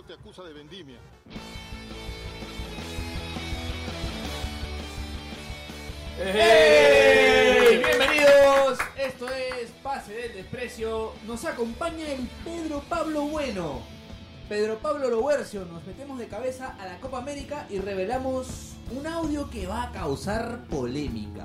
gobierno te acusa de vendimia. ¡Hey! Bienvenidos, esto es Pase del Desprecio. Nos acompaña el Pedro Pablo Bueno, Pedro Pablo Lohuercio. Nos metemos de cabeza a la Copa América y revelamos un audio que va a causar polémica.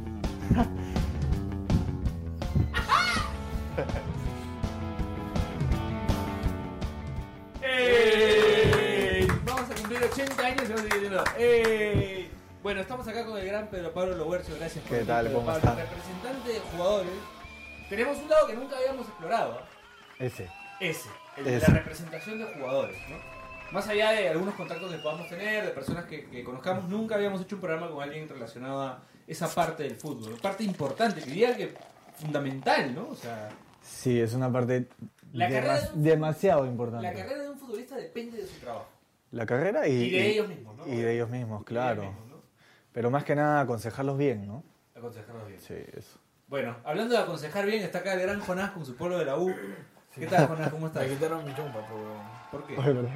¡Ey! Vamos a cumplir 80 años y vamos a seguir diciendo ¡ey! Bueno, estamos acá con el gran Pedro Pablo Lohuercio. Gracias por ¿Qué tal? Pedro ¿Cómo Pablo, están? representante de jugadores. Tenemos un lado que nunca habíamos explorado. Ese. El de la representación de jugadores, ¿no? Más allá de algunos contactos que podamos tener, de personas que conozcamos, nunca habíamos hecho un programa con alguien relacionado a esa parte del fútbol. Parte importante, que diría que fundamental, ¿no? O sea, Sí, es una parte La carrera- demasiado importante. la carrera de un futbolista depende de su trabajo. La carrera Y de ellos mismos, ¿no? Y de ellos mismos, claro. Y de ellos mismos, Pero más que nada aconsejarlos bien, ¿no? ¿no? Aconsejarlos bien. Sí, eso. Bueno, hablando de aconsejar bien, está acá el gran Jonás con su pueblo de la U. ¿Qué tal, Jonás? ¿Cómo estás? Me quitaron mi chompa, weón. ¿Por qué? Oye, perdón.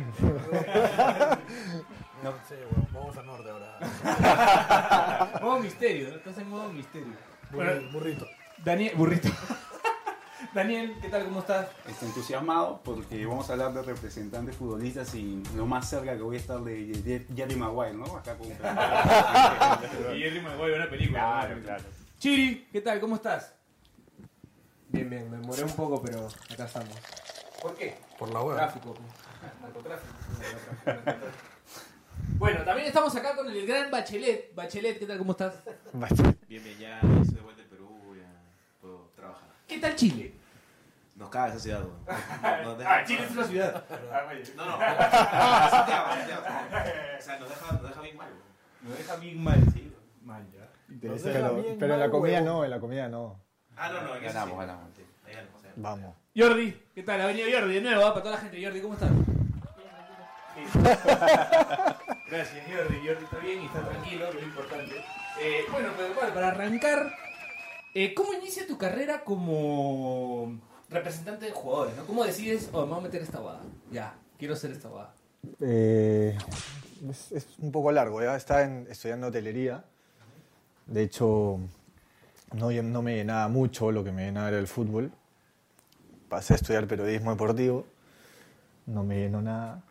No sé, weón. Vamos al norte ahora. Modo misterio, ¿no? Estás en modo misterio. Bueno, Burrito. Daniel, burrito. Daniel, ¿qué tal? ¿Cómo estás? Estoy entusiasmado porque vamos a hablar de representantes futbolistas y lo más cerca que voy a estar de Jerry Maguire, ¿no? Acá con Y Jerry Maguire, una película. Claro, claro. Chiri, ¿qué tal? ¿Cómo estás? Bien, me demoré un poco, pero acá estamos. ¿Por qué? Por la hueá. Tráfico. Narcotráfico. Bueno, también estamos acá con el gran Bachelet. Bachelet, ¿qué tal? ¿Cómo estás? Bien, ya estoy de vuelta en Perú, ya puedo trabajar. ¿Qué tal Chile? Nos caga esa ciudad, weón. Nos deja- Chile es una ciudad. No, Santiago. O sea, nos deja bien mal, weón. Me deja bien mal. Sí, weón. Mal, ya. Pero en la comida no, en la comida no. No, en eso Ganamos, sí. ganamos. Sí, ahí ganamos, o sea. Vamos. Jordi, ¿qué tal? Ha venido Jordi de nuevo, para toda la gente. Jordi, ¿cómo estás? Gracias, Jordi. Jordi está bien y está tranquilo, que es importante. Bueno, pero bueno, para arrancar, ¿cómo inicia tu carrera como representante de jugadores? ¿No? ¿Cómo decides, me voy a meter esta guada? Ya, quiero ser esta guada. Es un poco largo, ya estaba estudiando hotelería. De hecho, no me llenaba mucho, lo que me llenaba era el fútbol. Pasé a estudiar periodismo deportivo, no me llenó nada.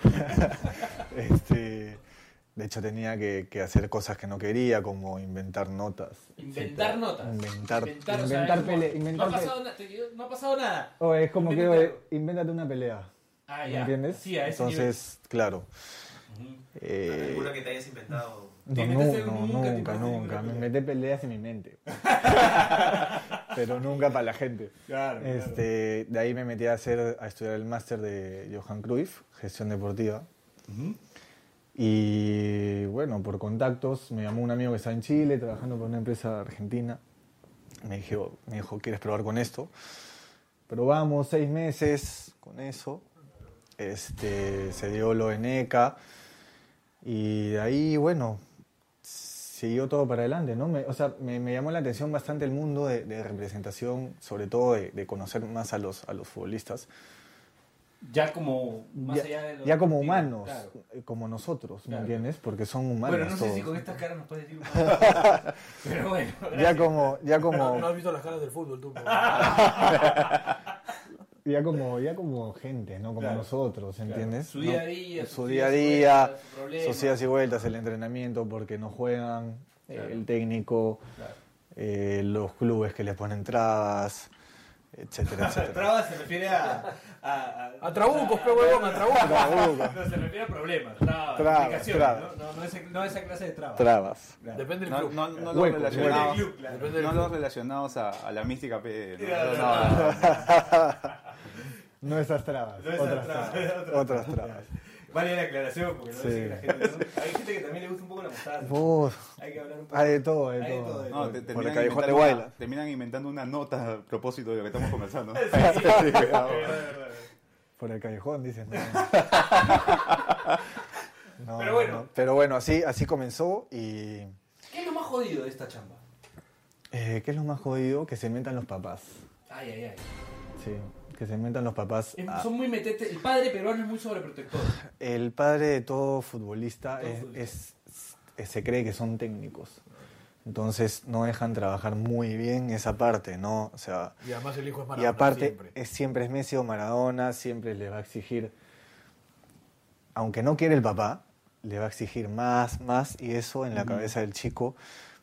De hecho, tenía que hacer cosas que no quería, como inventar notas. Inventar notas. Inventar o sea, inventar es como, pele- inventar no, ha pe- pasado no ha pasado nada. O es como Invéntate que algo. invéntate una pelea. Ah, ¿Me ya. entiendes? Sí, a ese Entonces, claro. ¿Alguna que te hayas inventado? No, ¿Te inventaste nunca, nunca nunca. Me metí peleas en mi mente. Pero nunca para la gente. Claro. De ahí me metí a estudiar el máster de Johan Cruyff, gestión deportiva. Y bueno, por contactos, me llamó un amigo que está en Chile, trabajando por una empresa argentina. Me dijo, ¿quieres probar con esto? Probamos 6 meses con eso. Se dio lo de NECA. Y de ahí, bueno, siguió todo para adelante, ¿no? Me llamó la atención bastante el mundo de representación, sobre todo de conocer más a los futbolistas. Ya como más Ya, allá de lo ya como deportivo, humanos, claro. como nosotros, ¿me Claro. entiendes? Porque son humanos Bueno, no sé todos. si con estas caras nos puedes decir un poco. Pero bueno. Ya como No has visto las caras del fútbol, tú. ya como gente, ¿no? Como Claro. Claro. nosotros, ¿entiendes? Su día a ¿No? día, Su sus día a idas y día, vueltas, sus problemas. sus idas y vueltas, el entrenamiento porque no juegan, Claro. el técnico, Claro. los clubes que les ponen trabas, etcétera, etcétera. Trabas se refiere a A trabucos, pe huevón, a trabucos. No, se refiere a problemas, trabas, Trabas, complicaciones, trabas. No esa clase de trabas. Trabas. Claro. Depende del No, club. no, no los Hueco, relacionados, Club, claro. Depende del no club. los relacionados a la mística P. ¿no? Claro. No esas trabas, No esas otras trabas, trabas. otras Otras trabas. Vale la aclaración porque no Sí. sé que la gente no. Hay gente que también le gusta un poco la mostaza. Uf, Hay que hablar un poco. hay de todo, hay de Hay de todo. todo, de No, todo. Por el callejón de Guaylas. terminan inventando una nota a propósito de lo que estamos conversando. Sí, sí, cuidado. verdad. Por el callejón, dicen. No, Pero bueno. no. Pero bueno, así comenzó y... ¿Qué es lo más jodido de esta chamba? ¿Qué es lo más jodido? Que se inventan los papás. Ay, ay, ay. Sí. que se inventan los papás. Son muy metete. El padre peruano es muy sobreprotector. El padre de todo futbolista se cree que son técnicos. Entonces no dejan trabajar muy bien esa parte, ¿no? O sea, Y además el hijo es y Maradona aparte siempre. siempre es Messi o Maradona, siempre le va a exigir, aunque no quiere el papá, le va a exigir más, y eso en la cabeza del chico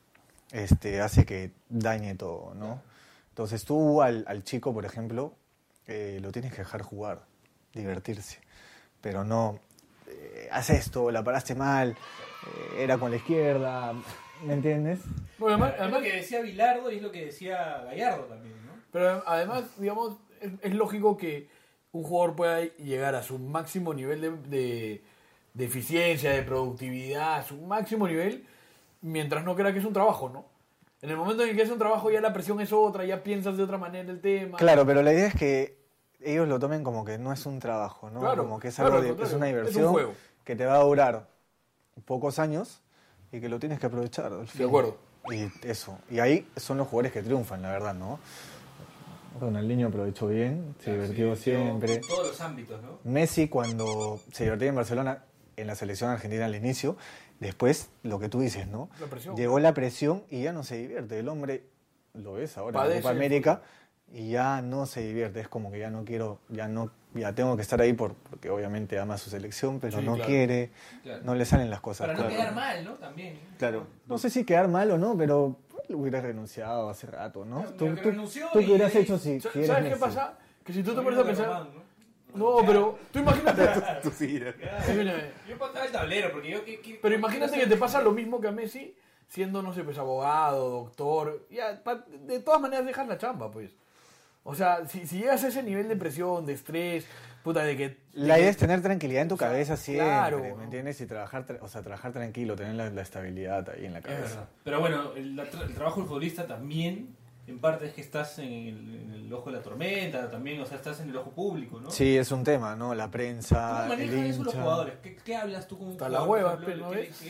hace que dañe todo, ¿no? Entonces tú al chico, por ejemplo, lo tienes que dejar jugar, divertirse, pero no, haz esto, la paraste mal, era con la izquierda, ¿me entiendes? Bueno, Es lo que decía Bilardo y es lo que decía Gallardo también, ¿no? pero además, digamos, es lógico que un jugador pueda llegar a su máximo nivel de eficiencia, de productividad, a su máximo nivel, mientras no crea que es un trabajo, ¿no? En el momento en el que es un trabajo ya la presión es otra, ya piensas de otra manera el tema. Claro, pero la idea es que ellos lo tomen como que no es un trabajo, ¿no? Claro, Como que es claro, algo al es contrario, una es un diversión juego. que te va a durar pocos años y que lo tienes que aprovechar. Al fin. De acuerdo. Y eso. Y ahí son los jugadores que triunfan, la verdad, ¿no? Ronaldinho aprovechó bien, se divirtió siempre. En todos los ámbitos, ¿no? Messi cuando se divertía en Barcelona, en la selección argentina al inicio, después lo que tú dices, ¿no? La presión. Llegó la presión y ya no se divierte. El hombre, lo ves ahora en la Padece Copa América, y ya no se divierte. Es como que ya no quiero, ya tengo que estar ahí porque obviamente ama a su selección, pero Sí, no claro. quiere, Claro. no le salen las cosas. Para no claro. quedar mal, ¿no? También. Claro. No sé si quedar mal o no, pero hubiera renunciado hace rato, ¿no? Pero que renunció ¿Tú y- qué hubieras hecho si eres ¿Sabes qué Messi? pasa? Que si tú te Lo pones a mismo que pensar... Román, No, pero tú imagínate... Tú sí. Escúchame. Yo contaba el tablero, porque yo... Pero imagínate que te pasa lo mismo que a Messi, siendo, no sé, pues abogado, doctor. Ya, de todas maneras dejas la chamba, pues. O sea, si llegas a ese nivel de presión, de estrés, puta, de que... La idea es tener tranquilidad en tu cabeza siempre, claro. ¿me entiendes? Y trabajar tranquilo, tener la estabilidad ahí en la Es cabeza. verdad. Pero bueno, el trabajo del futbolista también, en parte es que estás en el ojo de la tormenta, también, o sea, estás en el ojo público, ¿no? Sí, es un tema, ¿no? La ¿Cómo prensa, el manejan eso los hincha. jugadores? ¿Qué hablas tú con un Hasta la jugador? hueva, por ejemplo? ¿no ves?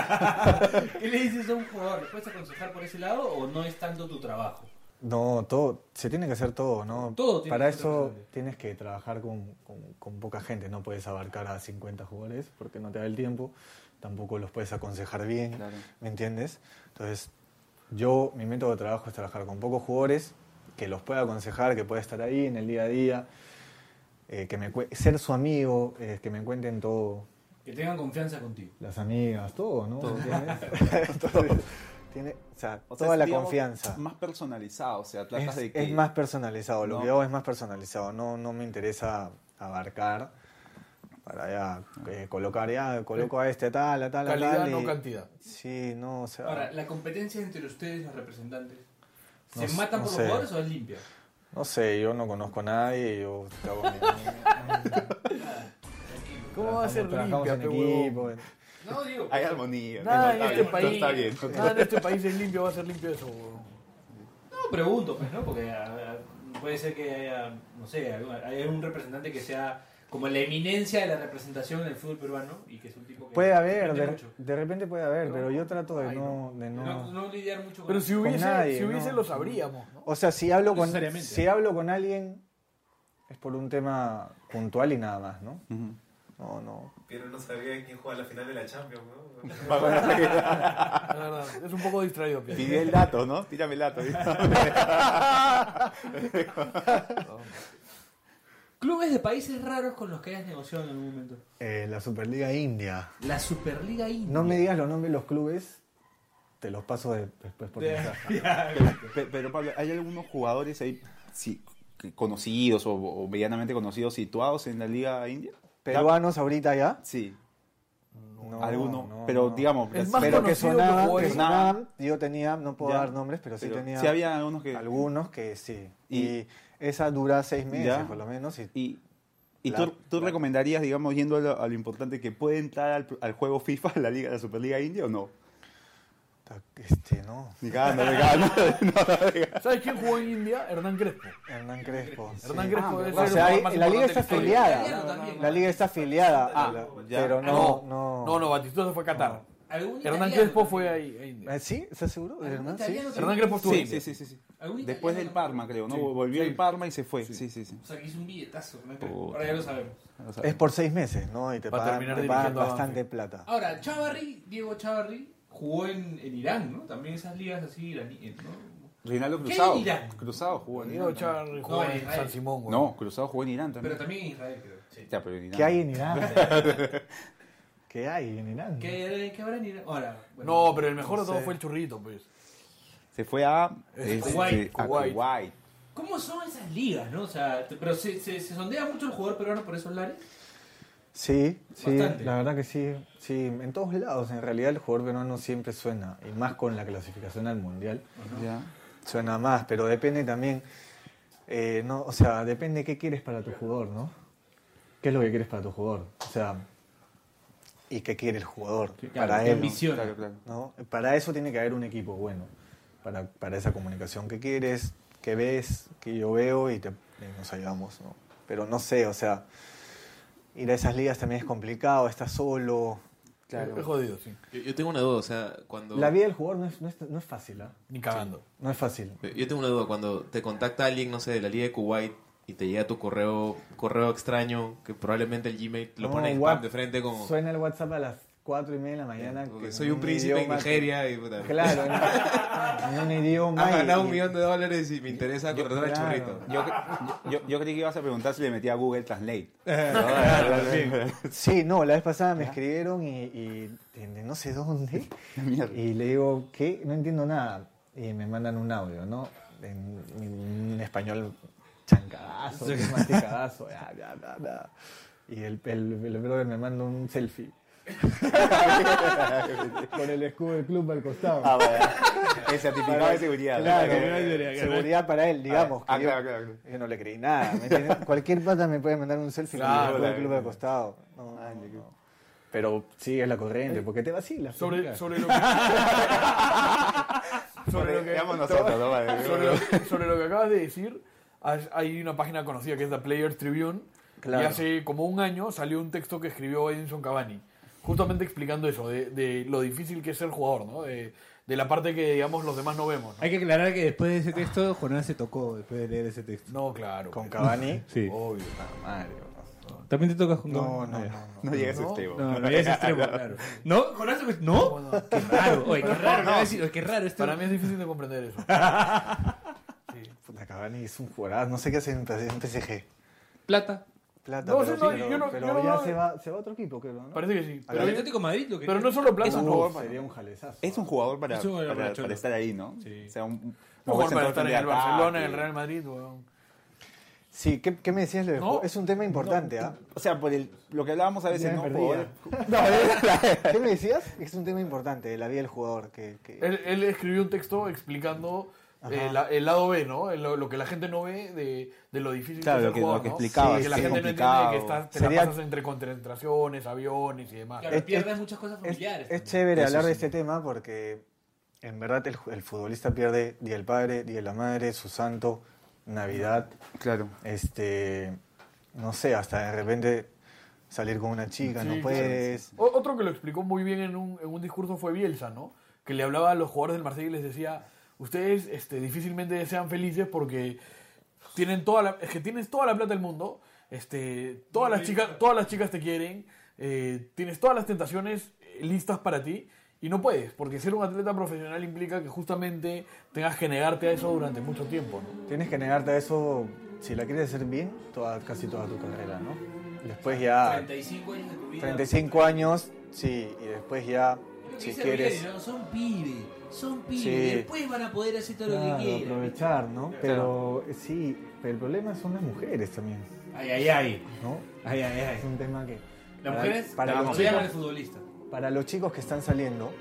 ¿Qué le dices a un jugador? ¿Le puedes aconsejar por ese lado o no es tanto tu trabajo? No, todo, se tiene que hacer todo, ¿no? Todo tiene Para que ser eso representante. tienes que trabajar con poca gente, no puedes abarcar a 50 jugadores porque no te da el tiempo, tampoco los puedes aconsejar bien, Claro. ¿me entiendes? Entonces, mi método de trabajo es trabajar con pocos jugadores, que los pueda aconsejar, que pueda estar ahí en el día a día, ser su amigo, que me cuenten todo, Que tengan confianza contigo. las amigas, todo, ¿no? ¿Entiendes? Entonces, O sea, toda es, la digamos, confianza. Más personalizado, o sea, tratas de que... Es más personalizado, lo No. que hago es más personalizado, no me interesa abarcar para ya coloco a este tal, a tal, a Calidad, tal. no cantidad. Sí, no, o sea, Ahora, ¿la competencia entre ustedes, los representantes, se No matan por sé. los jugadores o es limpia? no sé, yo no conozco a nadie, yo hago ¿Cómo va a ser trabajamos limpia, en pe huevón? equipo. No, digo... Hay armonía. Nada en Está este bien, país, está bien. nada en este país es limpio, va a ser limpio eso, huevón. No, pregunto, pues, ¿no? Porque puede ser que haya, no sé, hay un representante que sea como la eminencia de la representación en el fútbol peruano y que es un tipo que... Puede haber, depende mucho. de repente puede haber, No. pero yo trato de Ay, no... No lidiar mucho con Pero eso. si hubiese, nadie, si hubiese no. lo sabríamos, ¿no? O sea, si hablo No necesariamente. con alguien es por un tema puntual y nada más, ¿no? Ujú. No. Pero no sabía quién juega la final de la Champions, ¿no? La verdad, es un poco distraído, Pierre. Pide el dato, ¿no? Tírame el dato. Clubes de países raros con los que hayas negociado en algún momento. La Superliga India. La Superliga India. No me digas los nombres de los clubes, te los paso después por mensaje. Pero Pablo, ¿hay algunos jugadores ahí conocidos o medianamente conocidos situados en la Liga India? ¿Peruanos ahorita ya? Sí, No, algunos. no, Pero no. digamos, Es más Pero que conocido sonaban, que que jugadores. sonaban, yo tenía, no puedo Ya. dar nombres, pero sí pero tenía sí había algunos que... algunos que sí. Y- Y esa dura 6 meses Ya. por lo menos. Y tú recomendarías, digamos, yendo a lo importante, que puede entrar al juego FIFA, la Superliga India o no? No. Ni cagando. ¿Sabes quién jugó en India? Hernán Crespo. Hernán Crespo. sí. Hernán Crespo debe O ser sea, el jugador más la liga importante está de la historia. afiliada. Italiano también. La liga está afiliada. Ah, ya. Pero No, no. no, Batistuta se fue a Qatar. ¿Algún Hernán italiano Crespo también? fue ahí a India. ¿Sí? ¿Estás seguro? ¿De ¿Algún verdad? ¿Sí? italiano también? Hernán Crespo estuvo en Sí, India. sí. ¿Algún Después del italiano? Parma, creo, ¿no? Sí. Volvió Sí. el Parma y se fue. Sí. O sea, que hizo un billetazo. ¿No? Puta. Ahora ya lo sabemos. O sea, Es por 6 meses, ¿no? Y te Para pagan, terminar te pagan dirigiendo a bastante Banfield. plata. Ahora, Diego Chavarri, jugó en Irán, ¿no? También esas ligas así iraníes, ¿no? Reinaldo ¿Qué Cruzado. en Irán? Cruzado jugó en Diego Irán. también. Charri No, jugó en en Israel. San Simón, güey. No, Cruzado jugó en Irán también. Pero también en Israel, creo. Sí. Ya, pero en Irán. ¿Qué hay en Irán? ¿Qué hay en Irán? ¿Qué habrá en Irán? Ahora, bueno, No, pero el mejor No de todo sé. fue el churrito, pues. Se fue a Kuwait. a Kuwait. ¿cómo son esas ligas, no? O sea, pero se sondea mucho el jugador peruano por esos lares. Sí, sí, Bastante. la verdad que sí. Sí, en todos lados. En realidad el jugador peruano siempre suena, y más con la clasificación al Mundial, Ya. suena más, pero depende también, no, o sea, depende qué quieres para tu jugador, ¿no? ¿Qué es lo que quieres para tu jugador? O sea, ¿y qué quiere el jugador para qué él? ¿no? ambición. Claro, claro. ¿No? Para eso tiene que haber un equipo bueno, para esa comunicación que quieres, que ves, que yo veo y nos ayudamos, ¿no? Pero no sé, o sea, ir a esas ligas también es complicado, estás solo. Es jodido, sí. Yo tengo una duda, o sea, cuando... La vida del jugador no es fácil, ¿ah? Ni cagando. No es fácil. Yo tengo una duda, cuando te contacta alguien, no sé, de la Liga de Kuwait y te llega tu correo extraño, que probablemente el Gmail lo No, pone en what- spam de frente como... Suena el WhatsApp a las 4:30 de la mañana. porque que soy en un príncipe en idioma Nigeria y puta. Claro, en un idioma. Has ganado y- $1 million y me interesa contratar al claro. churrito. Yo creí que ibas a preguntar si le metía a Google Translate. Sí, no, la vez pasada me escribieron y de no sé dónde. Mierda. Y le digo, ¿qué? No entiendo nada. Y me mandan un audio, ¿no? En español chancadazo, masticadazo. Y el brother me manda un selfie. Con el escudo del club al costado. Ah, vaya. El certificado de seguridad. Claro, Ok. seguridad para él, digamos. Ah, que yo, claro. yo no le creí nada. ¿me entiendes? Cualquier pata me puede mandar un selfie Claro, con el escudo del claro. club al costado. No. Pero sí, es la corriente, porque te vacilas. Sobre lo que... Veamos nosotros, ¿no? Vale. sobre lo que acabas de decir, hay una página conocida que es The Players Tribune. Claro. Y hace como un año salió un texto que escribió Edinson Cavani, justamente explicando eso, de lo difícil que es ser jugador, ¿no? De la parte que, digamos, los demás no vemos, ¿no? Hay que aclarar que después de ese texto, Jonás se tocó después de leer ese texto. No, claro. Con Cavani. Sí. Obvio. Mario. ¿También te tocas con No, Cavani? No llega a ese ¿No? extremo. No, no, ya es extremo, claro. ¿No? ¿Jonás? ¿No? Bueno, Qué raro. Oye, qué raro. No, decir, qué raro esto. para mí es difícil de comprender eso. Puta, Cavani es un jugadorazo. No sé qué hace en PSG. Plata. Plata, No, pero, sí, no, pero, yo no- pero yo no- ya se va a otro equipo, creo, ¿no? Parece que sí. Pero el Atlético de Madrid lo que... Pero no solo plata, Es un no. jugador Sería un jalezazo. Es un jugador para, Es un jugador para, cholo. para estar ahí, ¿no? Sí. O sea, un No jugar para estar en el central de Barcelona, en el ataque. Real Madrid, weón. Sí, ¿qué me decías? No. Es un tema importante, ¿ah? O sea, por lo que hablábamos a veces, Ya me ¿no? perdía. Jugadores- ¿Qué me decías? Es un tema importante de la vida del jugador. Él escribió un texto explicando el lado B, ¿no? Lo que la gente no ve de lo difícil Claro, que es lo que- el jugador, lo que ¿no? explicaba, Sí, que la sí, gente no complicado. entiende que te Sería- la pasas entre concentraciones, aviones y demás. Claro, Es- pierdes muchas cosas familiares. Es también. chévere Eso hablar de sí. este tema porque en verdad el futbolista pierde Día del Padre, Día de la Madre, su santo, Navidad, Claro. no sé, hasta de repente salir con una chica, Sí, no puedes. Otro que lo explicó muy bien en un discurso fue Bielsa, ¿no? Que le hablaba a los jugadores del Marsella y les decía, ustedes difícilmente sean felices porque tienes toda la plata del mundo, todas las chicas te quieren, tienes todas las tentaciones listas para ti y no puedes, porque ser un atleta profesional implica que justamente tengas que negarte a eso durante mucho tiempo, ¿no? Tienes que negarte a eso si la quieres hacer bien, casi toda tu carrera, ¿no? Después ya 35 años de tu vida. 35 años, sí, y después ya, Lo que si dice quieres, Ruggeri, ¿no? Son pibes. Sí. Después van a poder hacer todo lo claro, que quieran. aprovechar, ¿no? Pero sí, pero el problema son las mujeres también, Ay. ¿no? Ay. Es un tema que Las mujeres para los apoyan chicos, al futbolista. para los chicos que están saliendo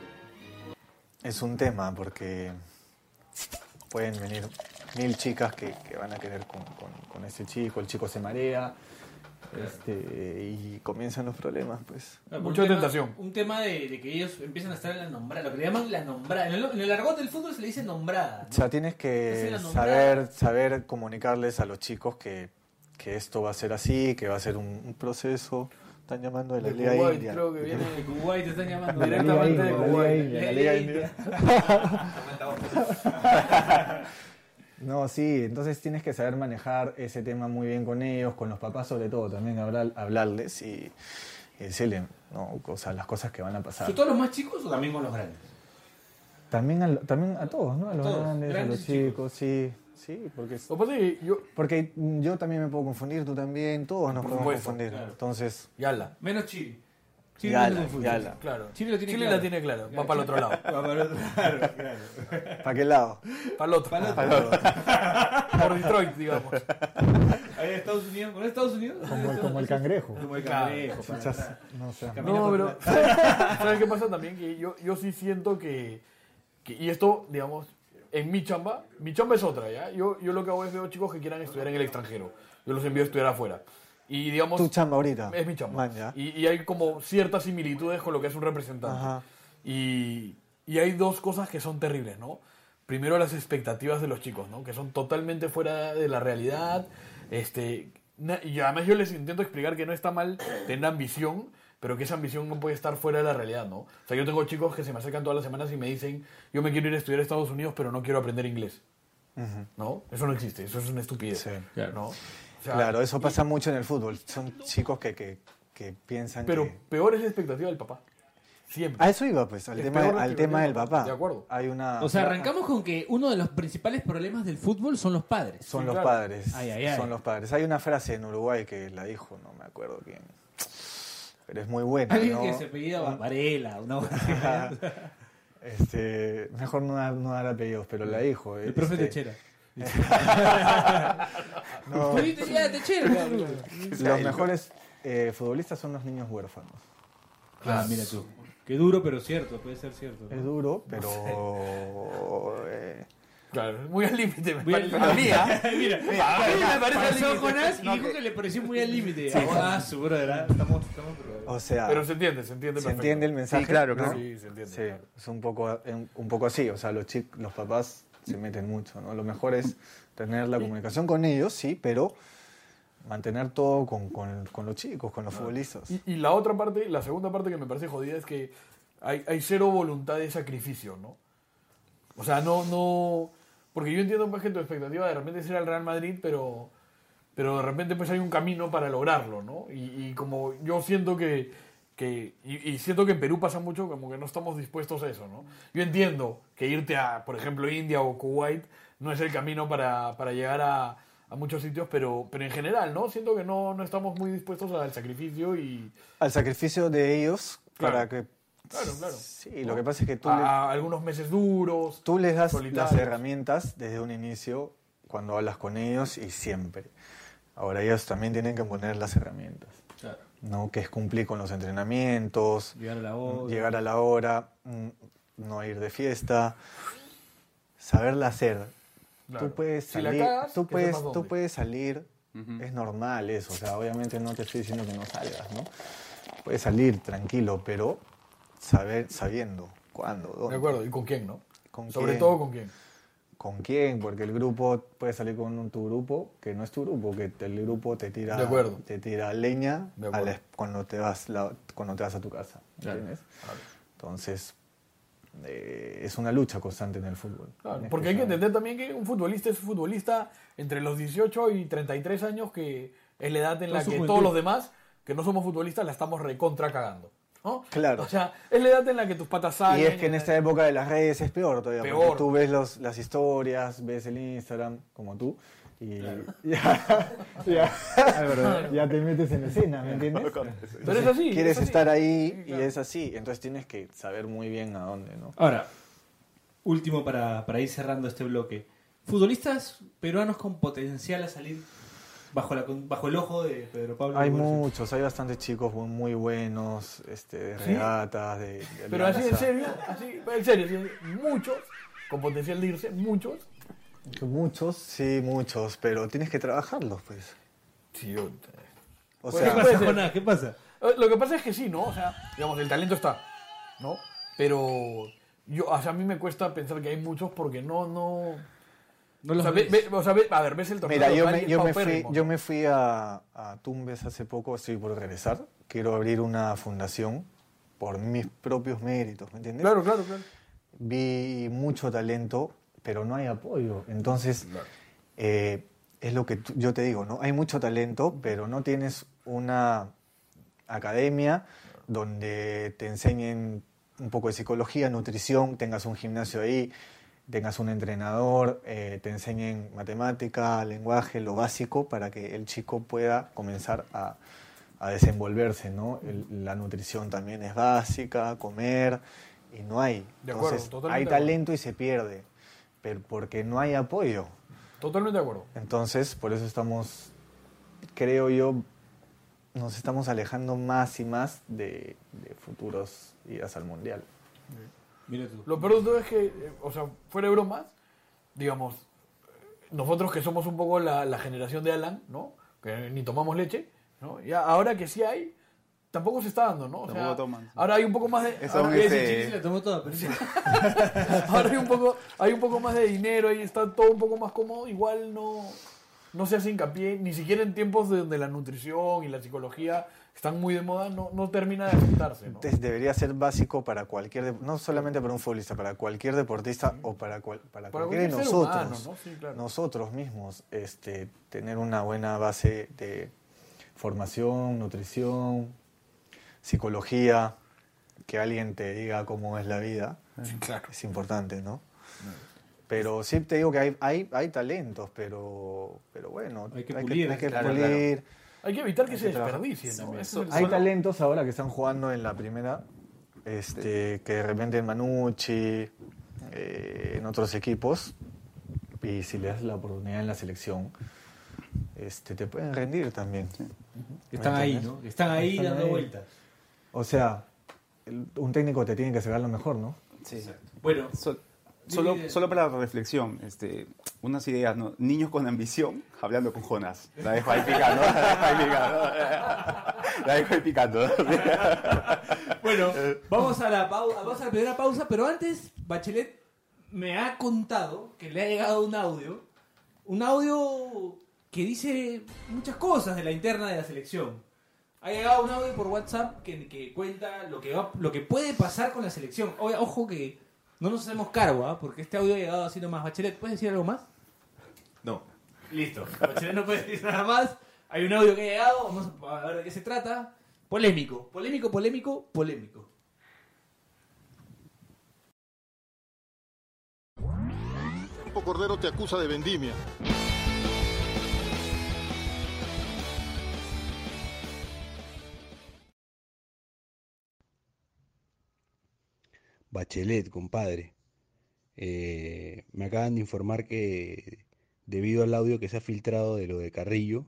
es un tema porque pueden venir 1000 chicas que van a querer con ese chico, el chico se marea y comienzan los problemas, pues. Mucha tentación. Un tema de que ellos empiezan a estar en la nombrada, lo que le llaman la nombrada. En el argot del fútbol se le dice nombrada, O sea, tienes Esa que es la nombrada. saber comunicarles a los chicos que esto va a ser así, que va a ser un proceso Están llamando de la De Liga Kuwait, India. creo que viene. De Kuwait te están llamando. De la Liga directamente de India, Kuwait. la Liga India. No, sí, entonces tienes que saber manejar ese tema muy bien con ellos, con los papás sobre todo, también hablarles y decirles, ¿no? O sea, las cosas que van a pasar. ¿Son todos los más chicos o también con los grandes? También a todos, ¿no? A los Todos, grandes, a grandes los y chicos, sí, porque Lo que pasa es que porque yo también me puedo confundir, tú también, todos nos Por podemos supuesto, confundir. claro. Entonces, Yala. Menos Chile. Chile Yala, no se confunde. Yala. Claro. Chile lo tiene Chile claro. la tiene clara. Va para el otro lado. Va para el otro lado, claro. ¿para qué lado? Para el otro. Para el Por Detroit, digamos. Ahí Estados Unidos, ¿con Estados Unidos? Como el cangrejo. Como el Claro. cangrejo. Chas- no sé. No, pero ¿sabes qué pasa también? Que yo sí siento que y esto, digamos, en mi chamba es otra, ¿ya? Yo lo que hago es veo chicos que quieran estudiar en el extranjero. Yo los envío a estudiar afuera. Y digamos, Tu chamba ahorita. es mi chamba. Man, ya. Y hay como ciertas similitudes con lo que es un representante. Ajá. Y hay dos cosas que son terribles, ¿no? Primero, las expectativas de los chicos, ¿no? Que son totalmente fuera de la realidad. Y además yo les intento explicar que no está mal tener ambición, pero que esa ambición no puede estar fuera de la realidad, ¿no? O sea, yo tengo chicos que se me acercan todas las semanas y me dicen, yo me quiero ir a estudiar a Estados Unidos, pero no quiero aprender inglés. ¿No? Eso no existe, eso es una estupidez. Sí. ¿No? O sea, Claro, eso pasa mucho en el fútbol. Son chicos que piensan Pero que... peor es la expectativa del papá. Siempre. A eso iba, pues, al Es tema, peor la al tema del papá. De acuerdo. Hay una... O sea, arrancamos con que uno de los principales problemas del fútbol son los padres. Son Sí, los claro. padres. Ay, ay, ay. Son los padres. Hay una frase en Uruguay que la dijo, no me acuerdo quién. Pero es muy buena, Alguien ¿no? que se apellida Varela, una Mejor no dar apellidos, pero la dijo. El profe Techera. No, Tú dices, ya, Techera. cabrón. los mejores futbolistas son los niños huérfanos. Ah, mira tú. Qué duro, pero cierto, puede ser cierto. Es duro, pero... Claro, muy al límite. Muy al Para mí, ¿ah? Mira, A mí me parece al pasó límite. Jonás y dijo que le pareció muy al límite. Ah, seguro, ¿verdad? Estamos o sea, Pero se entiende ¿se perfecto. entiende el mensaje? Sí, claro, ¿no? claro. Sí, se entiende. Sí, es un poco así. O sea, los papás se meten mucho, ¿no? Lo mejor es tener la comunicación con ellos, sí, pero mantener todo con los chicos, con los futbolistas. Y la otra parte, la segunda parte que me parece jodida es que hay cero voluntad de sacrificio, ¿no? O sea, no... Porque yo entiendo pues, que tu expectativa de repente es ir al Real Madrid, pero de repente pues hay un camino para lograrlo, ¿no? Y como yo siento que siento que en Perú pasa mucho como que no estamos dispuestos a eso, ¿no? Yo entiendo que irte a, por ejemplo, India o Kuwait no es el camino para llegar a muchos sitios, pero en general, ¿no? Siento que no estamos muy dispuestos al sacrificio y... Al sacrificio de ellos Claro. para que... Claro. Sí, lo que pasa es que A algunos meses duros. tú les das solitarios. las herramientas desde un inicio cuando hablas con ellos y siempre. Ahora ellos también tienen que poner las herramientas, Claro. ¿no? Que es cumplir con los entrenamientos, Llegar a la hora. llegar a la hora, no ir de fiesta, saberla hacer. Claro. Tú puedes Si la salir, cagas, tú que sepas puedes dónde. salir, es normal eso, o sea, obviamente no te estoy diciendo que no salgas, ¿no? Puedes salir tranquilo, pero sabiendo cuándo, dónde. De acuerdo, ¿y con quién, no? ¿Con Sobre quién? todo con quién. ¿Con quién? Porque el grupo puede salir con tu grupo, que no es tu grupo, que el grupo te tira, De acuerdo. te tira leña De acuerdo. cuando te vas a tu casa, ¿entiendes? Entonces, es una lucha constante en el fútbol. Claro, Tienes porque hay que saber. entender también que un futbolista es futbolista entre los 18 y 33 años, que es la edad en la Toda su que juventud. todos los demás, que no somos futbolistas, la estamos recontra cagando, ¿no? Claro. O sea, es la edad en la que tus patas salen. Y es que en esta época de las redes es peor todavía, Peor. porque tú ves las historias, ves el Instagram, como tú, y ya te metes en escena, ¿me entiendes? Pero es así. Quieres es así. estar ahí Sí, claro. y es así, entonces tienes que saber muy bien a dónde, ¿no? Ahora, último para ir cerrando este bloque. Futbolistas peruanos con potencial a salir bajo el ojo de Pedro Pablo. Hay Guercio. muchos, hay bastantes chicos muy buenos, de regatas, de Pero así en alianza. serio, en serio, sí, muchos, con potencial de irse, muchos. Muchos, sí, muchos, pero tienes que trabajarlos, pues. Sí, yo... O Pues, ¿Qué sea, puede pasa, ser. Jonás? ¿Qué pasa? Lo que pasa es que sí, ¿no? O sea, digamos, el talento está, ¿no? Pero a mí me cuesta pensar que hay muchos porque no No O los sea, ves. a ver, ves el torneo Mira, local y es paupérrimo. yo me fui a Tumbes hace poco, estoy por regresar. Quiero abrir una fundación por mis propios méritos, ¿me entiendes? Claro. Vi mucho talento, pero no hay apoyo. Entonces, es lo que yo te digo, ¿no? Hay mucho talento, pero no tienes una academia donde te enseñen un poco de psicología, nutrición, tengas un gimnasio ahí, tengas un entrenador, te enseñen matemática, lenguaje, lo básico para que el chico pueda comenzar a desenvolverse, ¿no? La nutrición también es básica, comer, y no hay. De acuerdo, Entonces, totalmente hay de acuerdo. talento y se pierde, pero porque no hay apoyo. Totalmente de acuerdo. Entonces, por eso estamos, creo yo, nos estamos alejando más y más de futuros idas al Mundial. Mira tú. Lo peor de todo es que, o sea, fuera de bromas, digamos, nosotros que somos un poco la generación de Alan, ¿no? Que ni tomamos leche, ¿no? Y ahora que sí hay, tampoco se está dando, ¿no? O sea, Tampoco toman. ahora hay un poco más de... Eso ahora, es Ese ese- chiqui se la tomó toda, pero sí. ahora hay un poco más de dinero, ahí está todo un poco más cómodo, igual no se hace hincapié, ni siquiera en tiempos donde la nutrición y la psicología están muy de moda, no termina de aceptarse, ¿no? Entonces, debería ser básico para cualquier, no solamente para un futbolista, para cualquier deportista o para cualquiera de cualquier ser nosotros. humano, ¿no? Sí, claro. Nosotros mismos, tener una buena base de formación, nutrición, psicología, que alguien te diga cómo es la vida, es importante, ¿no? Pero sí te digo que hay talentos, pero bueno, Hay que pulir, hay que claro, pulir. Hay que evitar que Hay se que trabajar. desperdicie también. Ese es el Hay solo- talentos ahora que están jugando en la primera, que de repente en Manucci, en otros equipos, y si le das la oportunidad en la selección, te pueden rendir también. Están ahí, ¿no? Están ahí Están dando ahí. vueltas. O sea, un técnico te tiene que sacar lo mejor, ¿no? Sí. Bueno, Solo para la reflexión, unas ideas, ¿no? Niños con ambición, hablando con Jonas. La dejo ahí picando. La dejo ahí picando. bueno, vamos a la primera pausa, pero antes, Bachelet me ha contado que le ha llegado un audio que dice muchas cosas de la interna de la selección. Ha llegado un audio por WhatsApp que cuenta lo que puede pasar con la selección. Ojo que no nos hacemos cargo, ¿ah? Porque este audio ha llegado así nomás. Bachelet, ¿puedes decir algo más? No. Listo. Bachelet no puede decir nada más. Hay un audio que ha llegado, vamos a ver de qué se trata. Polémico. Campo Cordero te acusa de vendimia. Bachelet, compadre. Me acaban de informar que debido al audio que se ha filtrado de lo de Carrillo,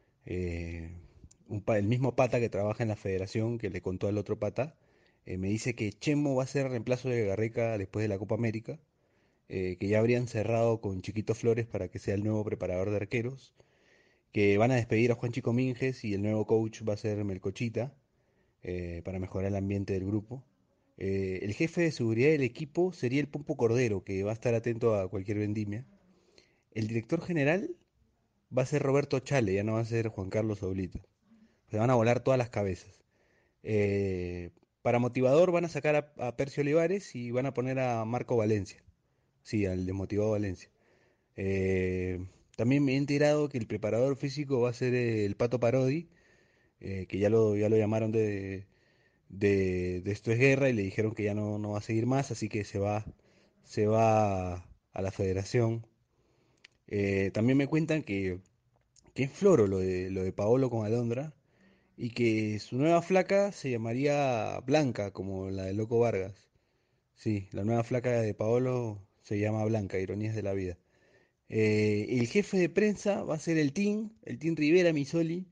el mismo pata que trabaja en la federación que le contó al otro pata, me dice que Chemo va a ser reemplazo de Garreca después de la Copa América, que ya habrían cerrado con Chiquito Flores para que sea el nuevo preparador de arqueros, que van a despedir a Juan Chico Minges y el nuevo coach va a ser Melcochita, para mejorar el ambiente del grupo. El jefe de seguridad del equipo sería el Pumpo Cordero, que va a estar atento a cualquier vendimia. El director general va a ser Roberto Chale, ya no va a ser Juan Carlos Oblito. Se van a volar todas las cabezas. Para motivador van a sacar a Percio Olivares y van a poner a Marco Valencia. Sí, al desmotivado Valencia. También me he enterado que el preparador físico va a ser el Pato Parodi, que ya lo llamaron de Esto es Guerra y le dijeron que ya no va a seguir más, así que se va a la federación. También me cuentan que es floro lo de Paolo con Alondra y que su nueva flaca se llamaría Blanca, como la de Loco Vargas. Sí, la nueva flaca de Paolo se llama Blanca, ironías de la vida. El jefe de prensa va a ser el Team Rivera Misoli,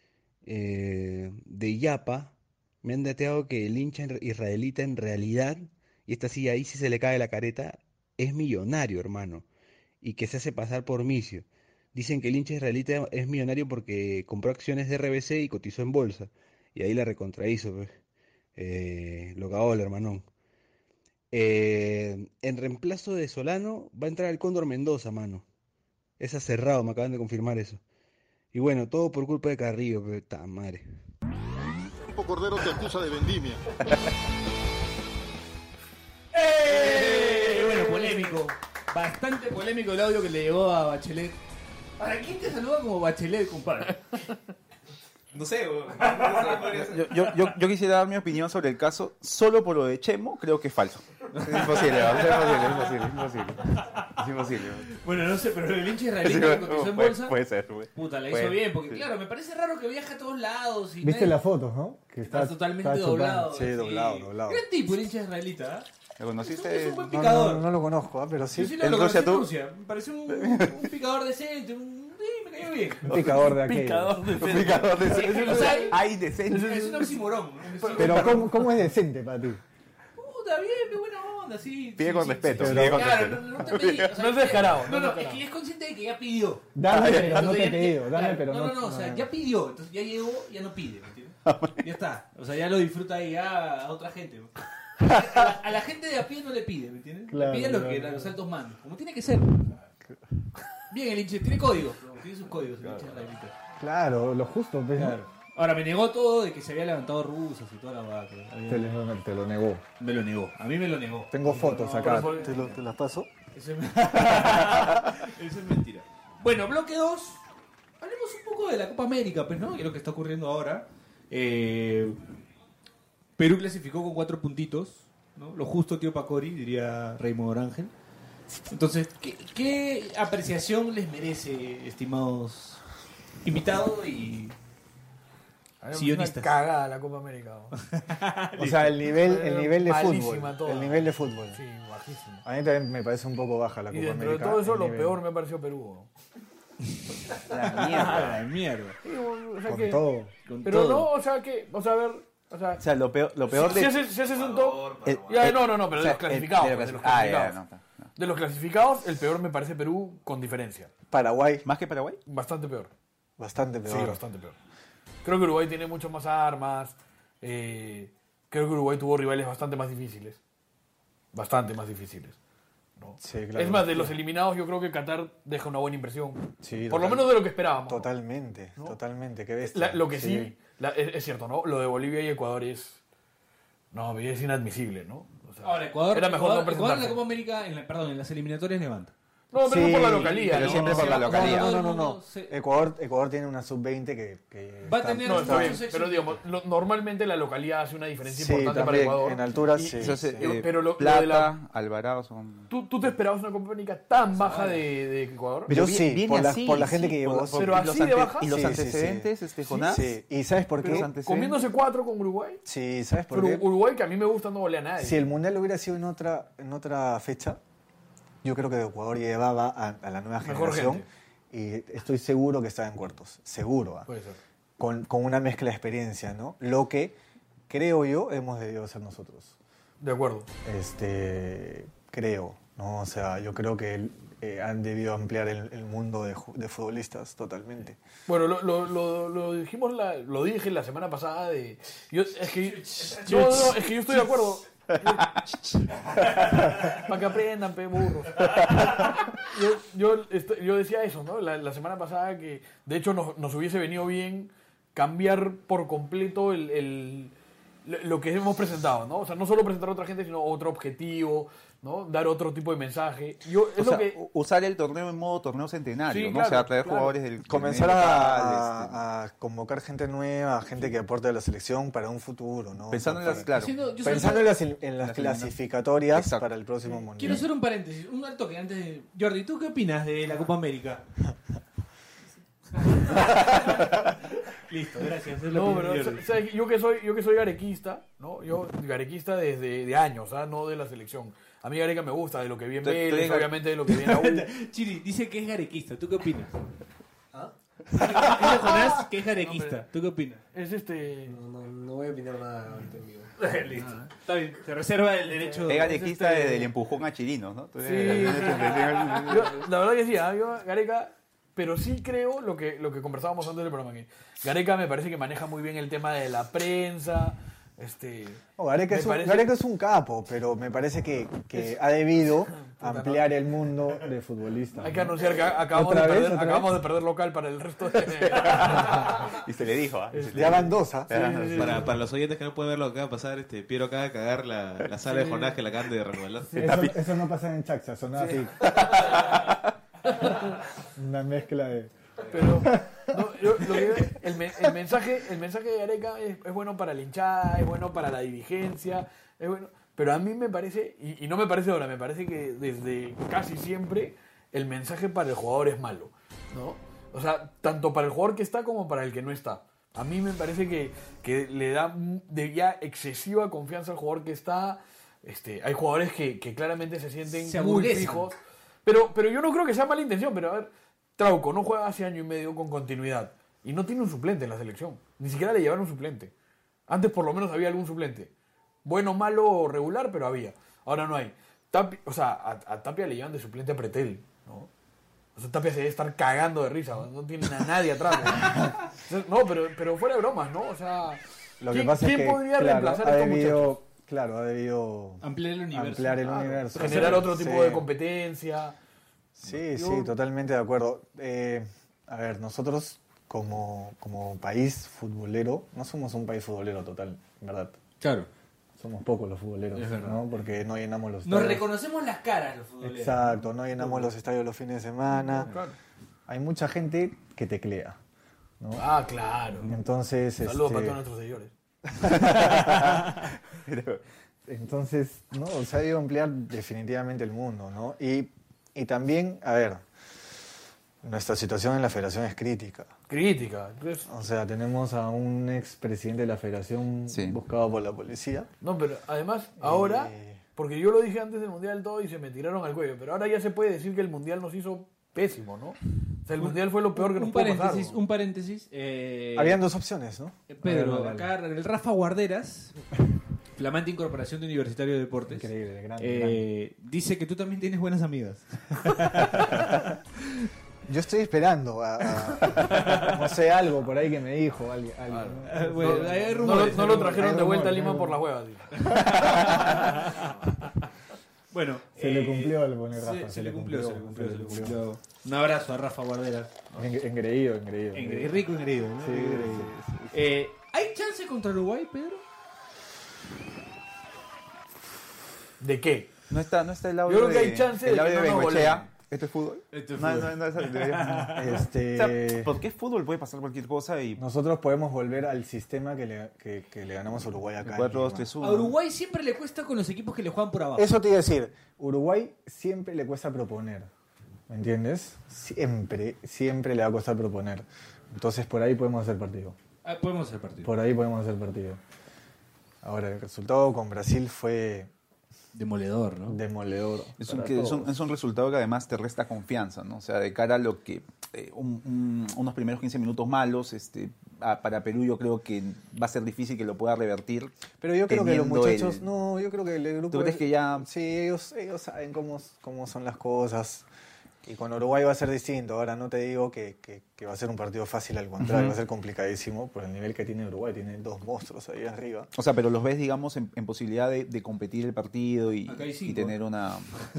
de Yapa. Me han dateado que el hincha israelita en realidad, y esta sí, ahí sí se le cae la careta, es millonario, hermano, y que se hace pasar por misio. Dicen que el hincha israelita es millonario porque compró acciones de RBC y cotizó en bolsa, y ahí la recontrahizo, pues. Lo cagó el hermanón. En reemplazo de Solano va a entrar el Cóndor Mendoza, mano. Es cerrado, me acaban de confirmar eso. Y bueno, todo por culpa de Carrillo, pero ta madre. Cordero te acusa de vendimia. Bueno, polémico. Bastante polémico el audio que le llegó a Bachelet. ¿Para quién te saluda como Bachelet, compadre? No sé, Yo quisiera dar mi opinión sobre el caso. Solo por lo de Chemo, creo que es falso. Es imposible. Es imposible. Bueno, no sé, pero el hincha israelita que cotizó en bolsa, Puede ser. Puede. puta, la Puede. hizo bien. Porque claro, me parece raro que viaje a todos lados. Y ¿Viste nadie- las fotos, no? Que Está totalmente chupando. doblado. Sí, doblado. Gran tipo el hincha israelita, ¿eh? ¿Lo conociste? Es un buen No, picador. no lo conozco, pero sí. Yo sí lo ¿En conocí Rusia en tú? Rusia. Me pareció un picador decente. Sí, me cayó bien. Un picador de aquello. Picador de Picador O sea, Ay, decente. es un oxímoron. Pero ¿cómo es decente para ti? Puta, bien, qué buena onda, sí. Pide sí, con sí, respeto. sí, pide con Claro, respeto. no te pedí. O sea, No es descarado, No, no es no, es descarado. que es consciente de que ya pidió. Dame, pero no O sea, te he ya- pedido. Dame, claro, pero no. No, o sea, ya pidió. Entonces ya llegó, ya no pide, ¿me entiendes? Ya está. O sea, ya lo disfruta ahí ya a otra gente. ¿no? A la gente de a pie no le pide, ¿me entiendes? Claro, le pide lo claro. que los altos mandos. Como tiene que ser. Bien, el hincha tiene códigos. Tiene sus códigos el hincha israelita. Claro, lo justo. Pues, Ahora, me negó todo de que se había levantado rusas y toda la vaca. te lo negó. Me lo negó. A mí me lo negó. Tengo fotos acá. pero ¿Te las paso? Eso es, Eso es mentira. Bueno, bloque 2. Hablemos un poco de la Copa América, pues, ¿no? Que es lo que está ocurriendo ahora. Perú clasificó con 4 puntitos, ¿no? Lo justo, tío Pacori, diría Raymond Orangel. Entonces, ¿qué apreciación les merece, estimados invitados y Es sionistas? una cagada la Copa América. ¿no? O sea, el nivel de Malísima fútbol. toda. El nivel de fútbol. Sí, bajísimo. A mí también me parece un poco baja la Y Copa dentro América. de todo eso, el lo nivel. peor me pareció Perú. ¿no? La mierda. Ah, mierda. Sí, o sea Con que- todo. Con Pero todo. no, o sea que, o sea, a ver, o sea, O sea, lo peor si de... haces un top, el- ya, el- no, pero o de sea, los clasificados, el- pues, de los Ah, clasificados. ya, no. De los clasificados, el peor me parece Perú con diferencia. Paraguay, ¿Más que Paraguay? Bastante peor. bastante peor. Sí, bastante peor. Creo que Uruguay tiene mucho más armas. Creo que Uruguay tuvo rivales bastante más difíciles. Bastante más difíciles. ¿no? Sí, claro. Es más, de los eliminados, yo creo que Qatar deja una buena impresión. Sí, Por lo total- menos de lo que esperábamos. ¿no? Totalmente, totalmente. Qué bestia. Lo que sí, es cierto, ¿no? Lo de Bolivia y Ecuador es. No, es inadmisible, ¿no? O sea, Ahora, Ecuador, era mejor Ecuador, no Ecuador en la presentarse. Copa América, en las eliminatorias levanta. No, pero Sí, no por la localía. pero ¿no? siempre por la localía. No. Ecuador tiene una sub-20 que Va a está- tener No, muchos está bien. éxitos. Pero digamos, normalmente la localidad hace una diferencia Sí, importante para también, Ecuador. en altura Y- sí. Entonces, sí. pero lo de Plata, la- Alvarado son... ¿Tú te esperabas una Copa América tan baja de Ecuador? Yo vi- sí, viene por así, la gente sí, que llevó. por- sí. Pero y así los de ante- baja. Y los Sí, sí, sí. antecedentes, Jonás. Sí, ¿y sabes por Pero qué? antecedentes. comiéndose 4 con Uruguay. Sí, ¿sabes por Pero qué? Uruguay, que a mí me gusta, no golea a nadie. Si el Mundial hubiera sido en otra fecha, yo creo que Ecuador llevaba a la nueva Mejor generación y estoy seguro que estaba en cuartos. Seguro. Puede ser. Con una mezcla de experiencia, ¿no? Lo que creo yo hemos debido ser nosotros. De acuerdo. Creo, ¿no? O sea, yo creo que han debido ampliar el mundo de futbolistas totalmente. Bueno, lo dijimos, lo dije la semana pasada de... es que yo estoy de acuerdo. Para que aprendan, pe burros. Yo decía eso, ¿no? La semana pasada que de hecho nos hubiese venido bien cambiar por completo lo que hemos presentado, ¿no? O sea, no solo presentar a otra gente, sino otro objetivo, ¿no? Dar otro tipo de mensaje. O sea, usar el torneo en modo torneo centenario, Sí, ¿no? claro, o sea, traer claro. jugadores del Comenzar local, a convocar gente nueva, gente que aporte a la selección para un futuro, ¿no? pensando en las, Para- claro. Pensando en las clasificatorias Exacto. para el próximo Mundial. Quiero hacer un paréntesis, un alto que antes de... Jordi, ¿tú qué opinas de la Copa América? Listo, gracias. es la No, opinión pero de Jordi. ¿sabes? Yo que soy garequista, ¿no? Yo garequista desde de años, ¿ah? No de la selección. A mí Gareca me gusta, de lo que vi en Tú- tú Vélez, eres obviamente de lo que vi en la U. Chiri, dice que es garequista, ¿tú qué opinas? Dice Jonás que es garequista, ¿tú qué opinas? Es No voy a opinar nada ahorita en vivo. Listo. Está bien, se reserva el derecho. Es garequista este- desde el empujón a Chirinos, ¿no? Sí, la verdad que sí, ¿ah? Yo Gareca, pero sí creo lo que conversábamos antes del programa, que Gareca me parece que maneja muy bien el tema de la prensa, Gareca es un capo, pero me parece que ha debido ampliar el mundo de futbolistas. Hay que anunciar que acabamos de perder local para el resto de... Y se le dijo, Ya van 2, ¿ah? Para los oyentes que no pueden ver lo que acaba de pasar, Piero acaba de cagar la sala de Jonás que la acaban de remodelar. Sí, eso no pasa en Chaxa, sonaba así. Una mezcla de... Pero el mensaje de Gareca es bueno para la hinchada, es bueno para la dirigencia, es bueno, pero a mí me parece, y no me parece ahora, me parece que desde casi siempre el mensaje para el jugador es malo, ¿no? O sea, tanto para el jugador que está como para el que no está. A mí me parece que le da de ya excesiva confianza al jugador que está. Hay jugadores que claramente se sienten muy fijos. Pero yo no creo que sea mala intención, pero a ver, Trauco no juega hace año y medio con continuidad y no tiene un suplente en la selección. Ni siquiera le llevaron un suplente. Antes por lo menos había algún suplente. Bueno, malo o regular, pero había. Ahora no hay. A Tapia le llevan de suplente a Pretel, ¿no? O sea, Tapia se debe estar cagando de risa, no tiene a nadie atrás, ¿no? No, pero fuera de bromas, ¿no? O sea, lo que pasa es que, podría reemplazar a estos muchachos? Claro, ha debido ampliar el universo. Generar otro tipo de competencia. Sí, totalmente de acuerdo. A ver, nosotros como país futbolero, no somos un país futbolero total, en verdad. Claro. Somos pocos los futboleros, ¿no? Porque no llenamos los estadios. Nos reconocemos las caras los futboleros. Exacto, no llenamos los estadios los fines de semana. Claro. Hay mucha gente que teclea, ¿no? Ah, claro. Entonces, saludos para todos nuestros seguidores. Entonces, no, se ha ido a ampliar definitivamente el mundo, ¿no? Y también, a ver, nuestra situación en la federación es crítica. Crítica. O sea, tenemos a un expresidente de la federación buscado por la policía. No, pero además, ahora, porque yo lo dije antes del Mundial todo y se me tiraron al cuello, pero ahora ya se puede decir que el Mundial nos hizo pésimo, ¿no? O sea, el Mundial fue lo peor que nos pudo pasar, ¿no? Un paréntesis. Habían dos opciones, ¿no? Pedro, acá el Rafa Guarderas, flamante incorporación de Universitario de Deportes, increíble, grande. dice que tú también tienes buenas amigas. Yo estoy esperando no sé, algo por ahí que me dijo alguien. Bueno, hay rumores, no lo trajeron de vuelta a Lima por las huevas. Bueno, se le cumplió el poner Rafa. Se le cumplió. Un abrazo a Rafa Guarderas. Engreído. Rico engreído, ¿no? Sí. ¿Hay chance contra Uruguay, Pedro? ¿De qué? No está el audio. Yo creo que hay chance el de audio que no nos Bengoechea. ¿Esto es fútbol? No, porque es fútbol, puede pasar cualquier cosa y... Nosotros podemos volver al sistema que le ganamos a Uruguay acá. 4-2-3-1. A Uruguay siempre le cuesta con los equipos que le juegan por abajo. Eso te iba a decir. Uruguay siempre le cuesta proponer. ¿Me entiendes? Siempre le va a costar proponer. Entonces por ahí podemos hacer partido. Por ahí podemos hacer partido. Ahora, el resultado con Brasil fue... Demoledor, ¿no? Demoledor. Es un resultado que además te resta confianza, ¿no? O sea, de cara a lo que unos primeros 15 minutos malos, para Perú yo creo que va a ser difícil que lo pueda revertir. Pero yo creo que los muchachos, yo creo que el grupo... ¿Tú crees que ya...? Sí, ellos saben cómo son las cosas. Y con Uruguay va a ser distinto. Ahora no te digo que va a ser un partido fácil, al contrario, va a ser complicadísimo por el nivel que tiene Uruguay. Tiene dos monstruos ahí arriba. O sea, pero los ves, digamos, en posibilidad de competir el partido y tener una...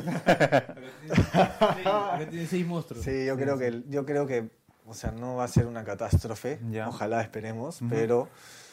Acá tiene 6 monstruos. Sí, yo creo que, o sea, no va a ser una catástrofe. Ya. Ojalá, esperemos, pero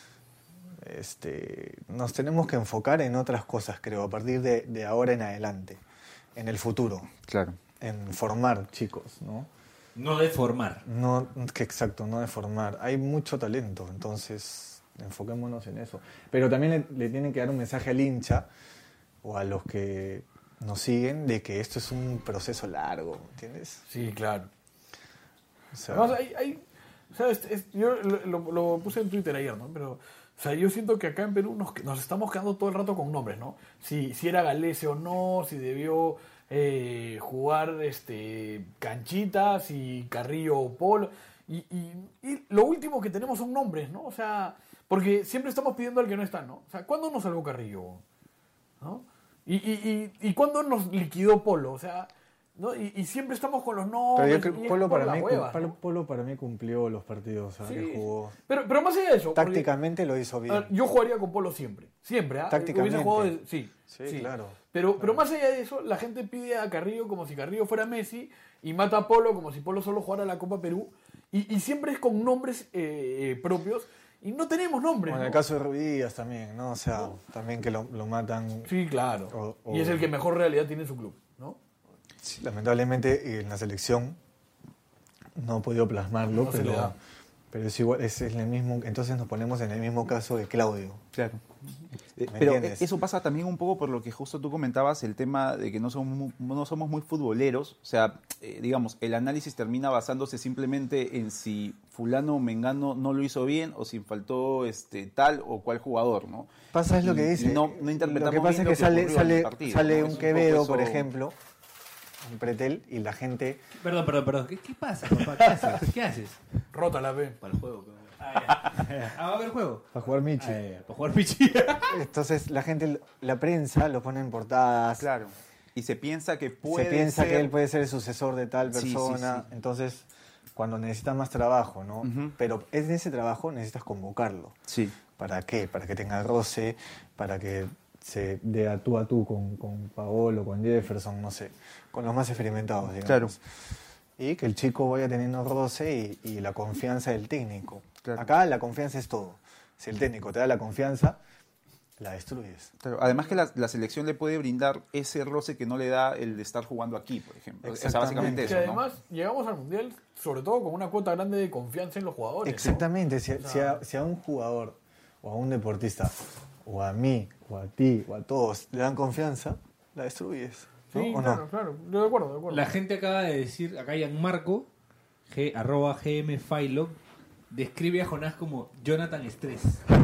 nos tenemos que enfocar en otras cosas, creo, a partir de ahora en adelante, en el futuro. Claro. En formar chicos, ¿no? No de formar. No de formar. Hay mucho talento, entonces enfoquémonos en eso. Pero también le tienen que dar un mensaje al hincha o a los que nos siguen de que esto es un proceso largo, ¿entiendes? Sí, claro. O sea, además, yo lo puse en Twitter ayer, ¿no? Pero, o sea, yo siento que acá en Perú nos estamos quedando todo el rato con nombres, ¿no? Si era Galese o no, si debió... jugar Canchitas y Carrillo o Polo y lo último que tenemos son nombres, ¿no? O sea, porque siempre estamos pidiendo al que no está, ¿no? O sea, ¿cuándo nos salvó Carrillo? ¿No? ¿Y cuándo nos liquidó Polo? O sea, ¿no? Y siempre estamos con los Pero nombres. yo creo y que es Polo por para, las mí, huevas, ¿no? Polo para mí cumplió los partidos Sí. que jugó. Pero más allá de eso. porque, Tácticamente lo hizo a bien. ver, yo jugaría con Polo siempre. Siempre, ¿ah? Tácticamente. Hubiese jugado sí, Sí, claro. Pero más allá de eso, la gente pide a Carrillo como si Carrillo fuera Messi y mata a Polo como si Polo solo jugara la Copa Perú. Y siempre es con nombres propios. Y no tenemos nombres. Bueno, en ¿no? el caso de Ruidías también, ¿no? O sea, también que lo matan. Sí, claro. O- Y es el que mejor realidad tiene en su club, ¿no? Sí, lamentablemente en la selección no ha podido plasmarlo, No se le da. pero es igual, es el mismo, entonces nos ponemos en el mismo caso de Claudio. Claro. ¿Me Pero entiendes? eso pasa también un poco por lo que justo tú comentabas, el tema de que no somos muy futboleros. O sea, digamos, el análisis termina basándose simplemente en si fulano o mengano no lo hizo bien o si faltó tal o cual jugador, ¿no? Pasa es lo que Y dice. no interpretamos lo que pasa bien es que lo que ocurrió en el partido, sale ¿no? un Es un Quevedo, poco por eso. ejemplo, un Pretel, y la gente... Perdón. ¿Qué pasa, papá? ¿Qué haces? ¿Qué haces? Rota la B. Para el juego. ¿Va a haber juego? Va a jugar Michi. Para jugar Pichi. Entonces la gente, la prensa lo pone en portadas. Claro. Y se piensa que Se puede piensa ser... que él puede ser el sucesor de tal Sí, sí, persona. sí. Entonces, cuando necesita más trabajo, ¿no? Ujú. Pero en ese trabajo necesitas convocarlo. Sí. ¿Para qué? Para que tenga roce, para que se dé a tú con Paolo, con Jefferson, no sé, con los más experimentados, digamos. Claro. Y que el chico vaya teniendo roce y la confianza del técnico. Claro. Acá la confianza es todo. Si el técnico te da la confianza, la destruyes. Claro, además que la selección le puede brindar ese roce que no le da el de estar jugando aquí, por ejemplo. O sea, básicamente Que eso, ¿no? además llegamos al Mundial, sobre todo con una cuota grande de confianza en los jugadores. ¿no? Exactamente. Si a un jugador o a un deportista, o a mí, o a ti, o a todos, le dan confianza, la destruyes. ¿no? Sí, ¿O claro, no? claro. De acuerdo. La gente acaba de decir, acá Gianmarco, arroba GMFilog, describe a Jonás como Jonathan Stress.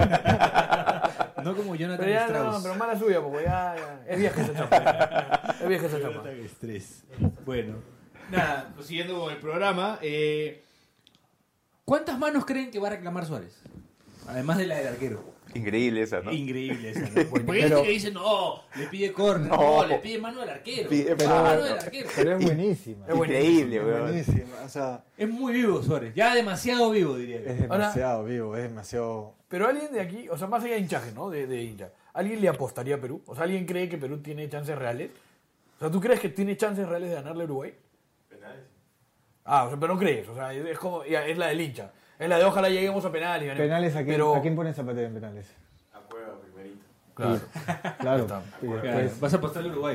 No como Jonathan Pero ya Strauss. no, pero mala suya, porque ya es vieja esa chapa. Es vieja esa chapa. Jonathan Stress. Bueno, nada, pues siguiendo con el programa, ¿cuántas manos creen que va a reclamar Suárez? Además de la del arquero. Increíble esa, ¿no? Increíble esa, ¿no? Porque hay gente que dice, no, le pide córner, no, le pide mano al arquero. Mano del arquero. Pero es buenísima. Es increíble, Es weón. buenísima. O sea, Es muy vivo Suárez, ya demasiado vivo, diría yo. es demasiado vivo, es demasiado... Pero alguien de aquí, o sea, más allá de hinchaje, ¿no? De hincha, ¿alguien le apostaría a Perú? O sea, ¿alguien cree que Perú tiene chances reales? O sea, ¿tú crees que tiene chances reales de ganarle a Uruguay? Penales. Ah, o sea, pero no crees, o sea, es como, ya, es la del hincha. Es la de ojalá lleguemos a penales. y ganemos. ¿Penales a quién, Pero, ¿a quién pones Zapatero en penales? A Cueva primerito. claro. Claro. Está. Y Claro, después, vas a apostarle a Uruguay.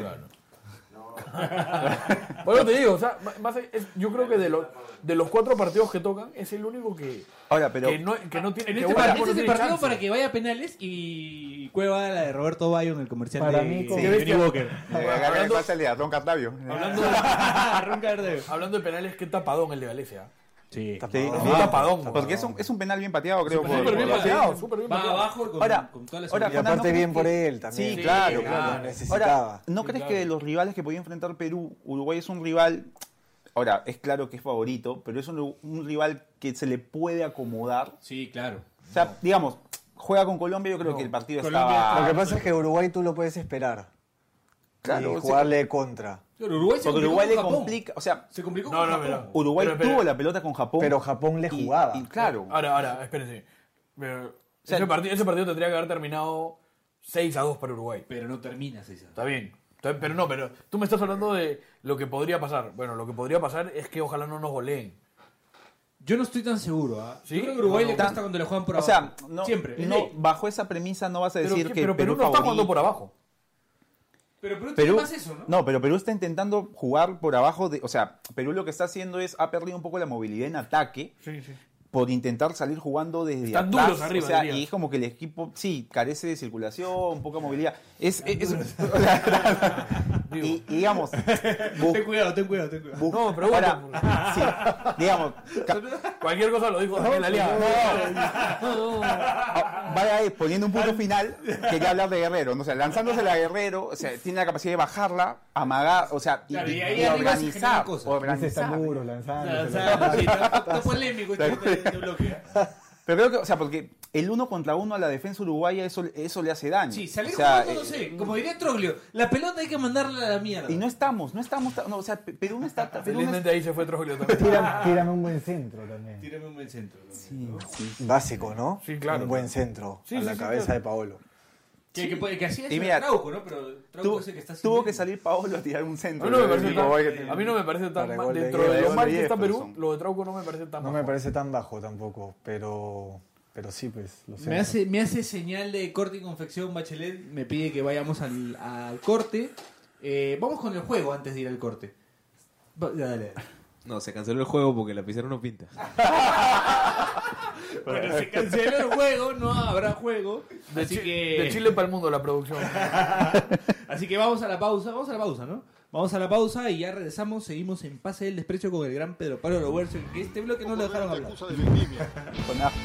Bueno, te digo, o sea, yo creo que de los 4 partidos que tocan, es el único que Ahora, pero... no tiene... En que este, uno no este es el tiene partido chance. para que vaya a penales y Cueva la de Roberto Bayo en el comercial Para de, mí, de con- Johnny Walker. Hablando de Ron Cartavio. Hablando de penales, qué tapadón el de Galicia. Sí. Sí, Un tapadón. porque es un penal bien pateado, creo. Súper bien por- pateado, súper bien Va pateado. abajo con, Ahora- con toda la ahora, y seguridad. Jonás, aparte ¿no bien crees por que- él también. Sí, claro, que claro. lo necesitaba. Ahora, ¿no Sí, crees claro. que de los rivales que podía enfrentar Perú, Uruguay es un rival... Ahora, es claro que es favorito, pero es un rival que se le puede acomodar. Sí, claro. O sea, digamos, juega con Colombia, yo creo que el partido Colombia estaba... Lo que pasa es que Uruguay tú lo puedes esperar. Claro, y jugarle contra. Pero Uruguay se Porque complicó Uruguay con le Japón. complica... O sea, Se complicó No, con no, Japón. pero- Uruguay Pero- tuvo la pelota con Japón. Pero Japón le jugaba. Y claro. Ahora, espérense. Pero sea, ese partido tendría que haber terminado 6-2 para Uruguay. Pero no termina, César. Está bien. Pero no, pero tú me estás hablando de lo que podría pasar. Bueno, lo que podría pasar es que ojalá no nos goleen. Yo no estoy tan seguro. ¿Ah? ¿Sí? Yo creo que Uruguay No, le no. cuesta cuando le juegan por O abajo. sea, no, Siempre. es no, ley. bajo esa premisa no vas a decir que pero Perú no está favorito. jugando por abajo. Pero Perú tiene Perú, más eso, ¿no? no, pero Perú está intentando jugar por abajo. O sea, Perú lo que está haciendo es, ha perdido un poco la movilidad en ataque Sí, sí. por intentar salir jugando desde Están atrás. duros arriba, o sea, dirías. y es como que el equipo, sí, carece de circulación, poca movilidad. O sea, y digamos, Ten cuidado. No, pregunta. ahora, sí, digamos, Cualquier cosa lo dijo Daniel Aliaga. vaya ahí, poniendo un punto final, quería hablar de Guerrero, ¿no? O sea, lanzándose a Guerrero, o sea, tiene la capacidad de bajarla, amagar, o sea, Claro, y y ahí arriba se generan organizar. cosas. Dice organizar. están duros, lanzándose. Sí, está polémico este bloque. Pero creo que, o sea, porque el 1 contra 1 a la defensa uruguaya, eso le hace daño. Sí, salir o sea, jugando, no sé, como diría Troglio, la pelota hay que mandarla a la mierda. Y no estamos, no, o sea, Perú no está... Felizmente ahí se fue Troglio también. Tírame un buen centro también. Tírame un buen centro. Sí. Básico, ¿no? Sí, claro. Un buen centro Sí, a sí, la sí, cabeza claro. de Paolo. Que así es Y mira, Trauco, ¿no? Pero Trauco es el que está Tuvo sin que salir Paolo a tirar un A centro. mí no me parece Digo, a mí no me parece tan Para mal. gol de Dentro de lo Jefferson. mal que está Perú, Jefferson. lo de Trauco no me parece tan No bajo. me parece tan bajo tampoco, pero sí, pues, lo Me sé. me hace señal de corte y confección, Bachelet. Me pide que vayamos al corte. Vamos con el juego antes de ir al corte. Dale. No, se canceló el juego porque la pizarra no pinta. Bueno, se canceló el juego, no habrá juego. Así que... De Chile para el mundo la producción. Así que vamos a la pausa, ¿no? Vamos a la pausa y ya regresamos, seguimos en Pase del Desprecio con el gran Pedro Pablo Roberto, que este bloque no lo dejaron Te hablar. acusa de vendimia. Con A.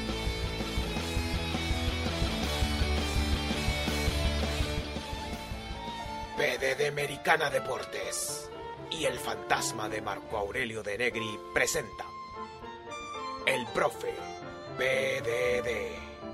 PD de Americana Deportes y el fantasma de Marco Aurelio de Negri presenta El Profe PDD.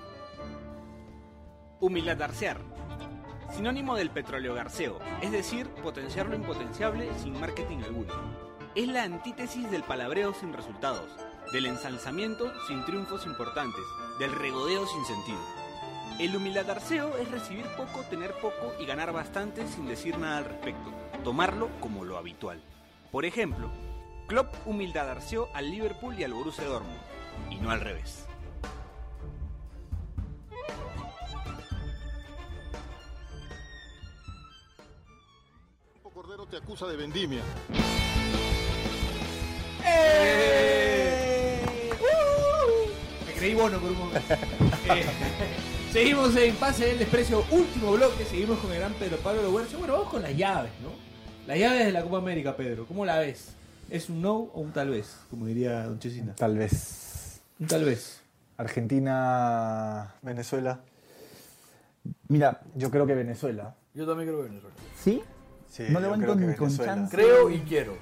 Humiladarsear, sinónimo del petróleo garceo, es decir, potenciar lo impotenciable sin marketing alguno. Es la antítesis del palabreo sin resultados, del ensalzamiento sin triunfos importantes, del regodeo sin sentido. El humiladarceo es recibir poco, tener poco y ganar bastante sin decir nada al respecto, tomarlo como lo habitual. Por ejemplo, Klopp humildadarseó al Liverpool y al Borussia Dortmund, y no al revés. Cordero te acusa de vendimia. Me creí Bono por un momento. Seguimos en Pase del Desprecio, último bloque, seguimos con el gran Pedro Pablo Roberto. Bueno, vamos con las llaves, ¿no? Las llaves de la Copa América, Pedro, ¿cómo la ves? ¿Es un no o un tal vez? Como diría Don Chesina. Tal vez. Un tal vez. Argentina, Venezuela. Mira, Yo creo que Venezuela. Yo también creo que Venezuela. ¿sí? Sí, No le yo van creo con- que con Venezuela. chance. Creo y quiero.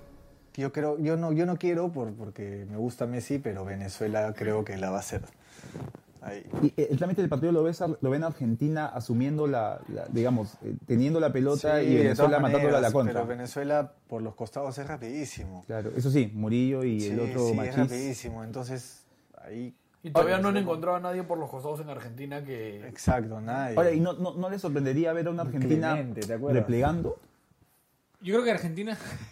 Yo no quiero porque me gusta Messi, pero Venezuela creo que la va a hacer. Ahí. Y el trámite del partido lo ven a Argentina asumiendo digamos, teniendo la pelota Sí, y de Venezuela todas matándola a la maneras, contra. Pero Venezuela por los costados es rapidísimo. Claro, eso sí, Murillo y el otro sí, es Machís. rapidísimo. Entonces, ahí... Y todavía no han encontrado a nadie por los costados en Argentina que... Exacto, nadie. Ahora, ¿y no les sorprendería ver a una Argentina Clemente, ¿te acuerdas? replegando? Yo creo que Argentina...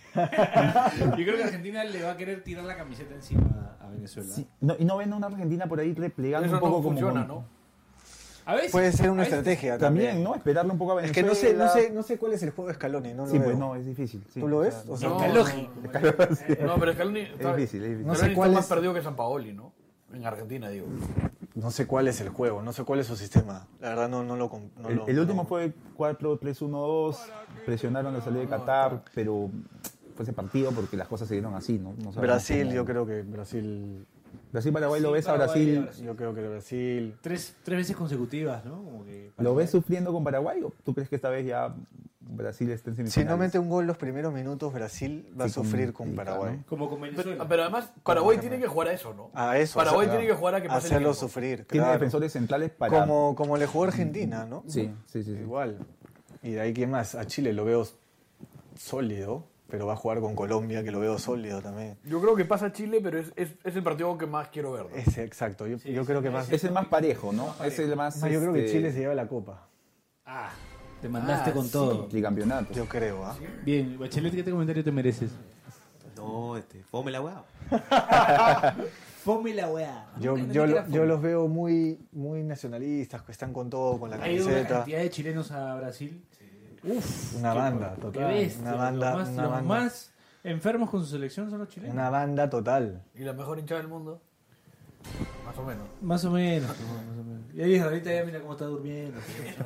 Yo creo que Argentina le va a querer tirar la camiseta encima a Venezuela. Sí, y no ven a una Argentina por ahí replegando Eso un poco no funciona, como... ¿no? A veces, Puede ser una a veces- estrategia También, ¿no? Esperarle un poco a Es Venezuela. que no sé cuál es el juego de Scaloni, no lo Sí, veo. pues no, es difícil. Sí. ¿Tú lo ves? O O sea, sea, No, lógico. No, pero Scaloni es difícil, es difícil. No sé Scaloni cuál está más es- perdido que Sampaoli, ¿no? En Argentina, digo. no sé cuál es el juego, no sé cuál es su sistema. La verdad no lo... no lo- El último no- fue 4-3-1-2, presionaron la salida de Qatar, pero fue ese partido porque las cosas se dieron así, ¿no? No sabemos Brasil, cómo- yo creo que Brasil... Brasil-Paraguay lo Sí, ves a Paraguay, Brasil, Yo creo que Brasil... Tres veces consecutivas, ¿no? Como que ¿lo ves sufriendo con Paraguay o tú crees que esta vez ya Brasil está en Si semifinales? no mete un gol los primeros minutos, Brasil va a Sí, sufrir con complicado, Paraguay. ¿no? Como con Venezuela. Pero además, Paraguay tiene que jugar a eso, ¿no? A eso. Paraguay o sea, tiene que jugar a que pase el hacerlo tiempo. sufrir, Tiene claro. defensores centrales para... Como le jugó Argentina, ¿no? Sí. Igual. Y de ahí, ¿qué más? A Chile lo veo sólido, pero va a jugar con Colombia, que lo veo sólido también. Yo creo que pasa Chile, pero es el partido que más quiero ver, ¿no? Ese, exacto. Yo creo que más... Es el más parejo, ¿no? Es el más... yo creo que Chile se lleva la copa. Ah, te mandaste con todo. Tricampeonato. Yo creo, ¿ah? Bien, Bachelet, ¿qué comentario te mereces? No, fome la weá. Fome la weá. Yo los veo muy nacionalistas, que están con todo, con la Ha ido una camiseta. cantidad de chilenos a Brasil. Una banda, Qué total. bestia. Una banda, los una los banda. más enfermos con su selección son los chilenos. Una banda total. Y la mejor hinchada del mundo. Más o menos. Más o menos. Más o menos. Y ahí ahorita ya mira cómo está durmiendo.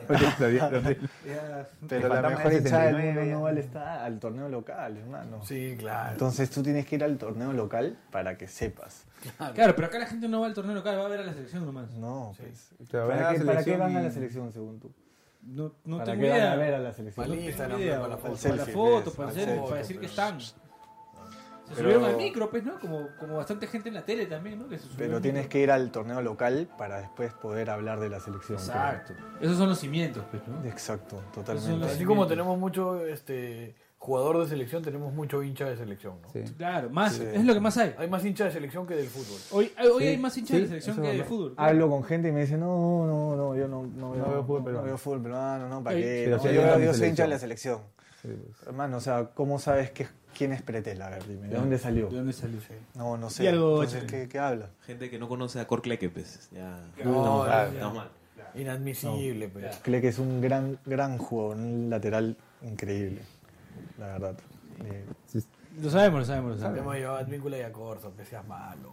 Ya, Pero la faltaba mejor el hinchada del 79, mundo no vale estar al torneo local, hermano. Sí, claro. Entonces tú tienes que ir al torneo local para que sepas. Claro, pero acá la gente no va al torneo local, va a ver a la selección nomás. No, pues. Claro, van a la ¿Para qué selección van a y- la selección según tú? No ¿Para tengo qué van idea. a ver a la selección? Para el No tengo Instagram, idea. para la Para foto. la selfie, foto, ves, para, para hacer, el para decir que están. Se subieron al micro, pues, ¿no? Como bastante gente en la tele también, ¿no? Que se subió Pero al tienes micro. que ir al torneo local para después poder hablar de la selección. Exacto. Esos son los cimientos, pues, ¿no? Exacto, Esos son totalmente. los Así como cimientos. tenemos mucho jugador de selección, tenemos mucho hincha de selección, ¿no? Sí. Claro, más, Sí. es lo que más hay. Hay más hincha de selección que del fútbol. Hoy Sí, hay más hinchas de sí, selección eso que es de verdad. fútbol. Hablo con gente y me dice, no, yo no veo fútbol peruano. No veo fútbol peruano, no, ¿para Ay, qué? pero No, sí hay una yo soy selección. hincha de la selección. Sí, pues. Hermano, o sea, ¿cómo sabes quién es Pretel? A ver, dime, ¿de dónde salió? ¿De dónde salió? No Y sé. algo Entonces, chévere. ¿qué habla? Gente que no conoce a Corcleque, pues. Ya. No, claro. Estamos mal. Inadmisible, pues. Creo que es un gran jugador, un lateral increíble, la verdad. Sí. Lo sabemos. Hemos llevado a Advíncula y a Corso, que seas malo.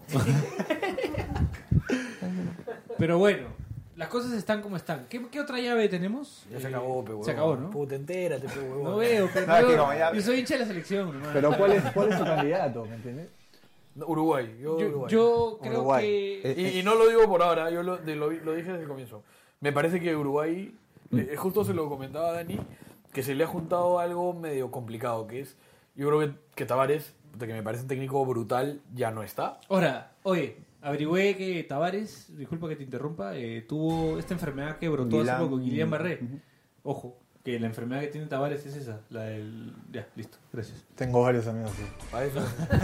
Pero bueno, las cosas están como están. ¿Qué otra llave tenemos? Ya se acabó, pe, huevón. Se acabó, ¿no? Puta, entérate, pe, huevón. No veo, pero No, es que como ya- yo soy hincha de la selección, hermano. Pero ¿cuál es su candidato? ¿Me entiendes? No, Uruguay, Uruguay. Yo creo Uruguay. que... Y no lo digo por ahora, yo lo dije desde el comienzo. Me parece que Uruguay, justo se lo comentaba a Dani, que se le ha juntado algo medio complicado, que es, yo creo que Tavares, que me parece un técnico brutal, ya no está. Ahora, oye, averigüé que Tavares, disculpa que te interrumpa, tuvo esta enfermedad que brotó hace Guillain- poco, Guillain Barré. Ojo, que la enfermedad que tiene Tavares es esa, la del... Ya, listo, gracias. Tengo varios amigos. Sí. Para eso.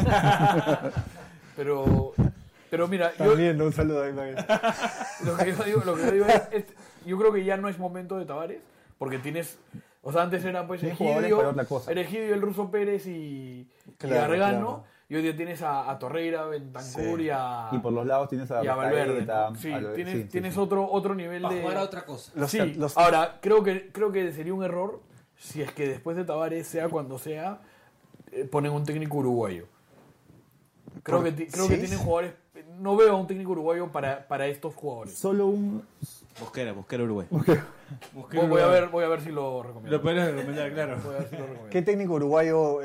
pero mira, También, un saludo a Ibagué. lo que yo digo es, yo creo que ya no es momento de Tavares, porque tienes, o sea, antes era pues Tienes jugadores para otra cosa. era Egidio, el Ruso Pérez y Claro, Gargano, claro. y hoy día tienes a Torreira, Bentancur Sí. y Y por los lados tienes a y a Valverde. Rascaeta, ¿no? Sí, a lo- tienes, sí, sí, tienes sí. otro nivel Para de... jugar a otra cosa. Sí, ahora, creo que sería un error si es que después de Tavares, sea cuando sea, ponen un técnico uruguayo. Creo que tienen jugadores... No veo a un técnico uruguayo para estos jugadores. Solo un... Mosquera, Uruguay. Voy a ver si lo recomiendo. Lo puedes recomendar, claro. Voy a ver si lo recomiendo. ¿Qué técnico uruguayo,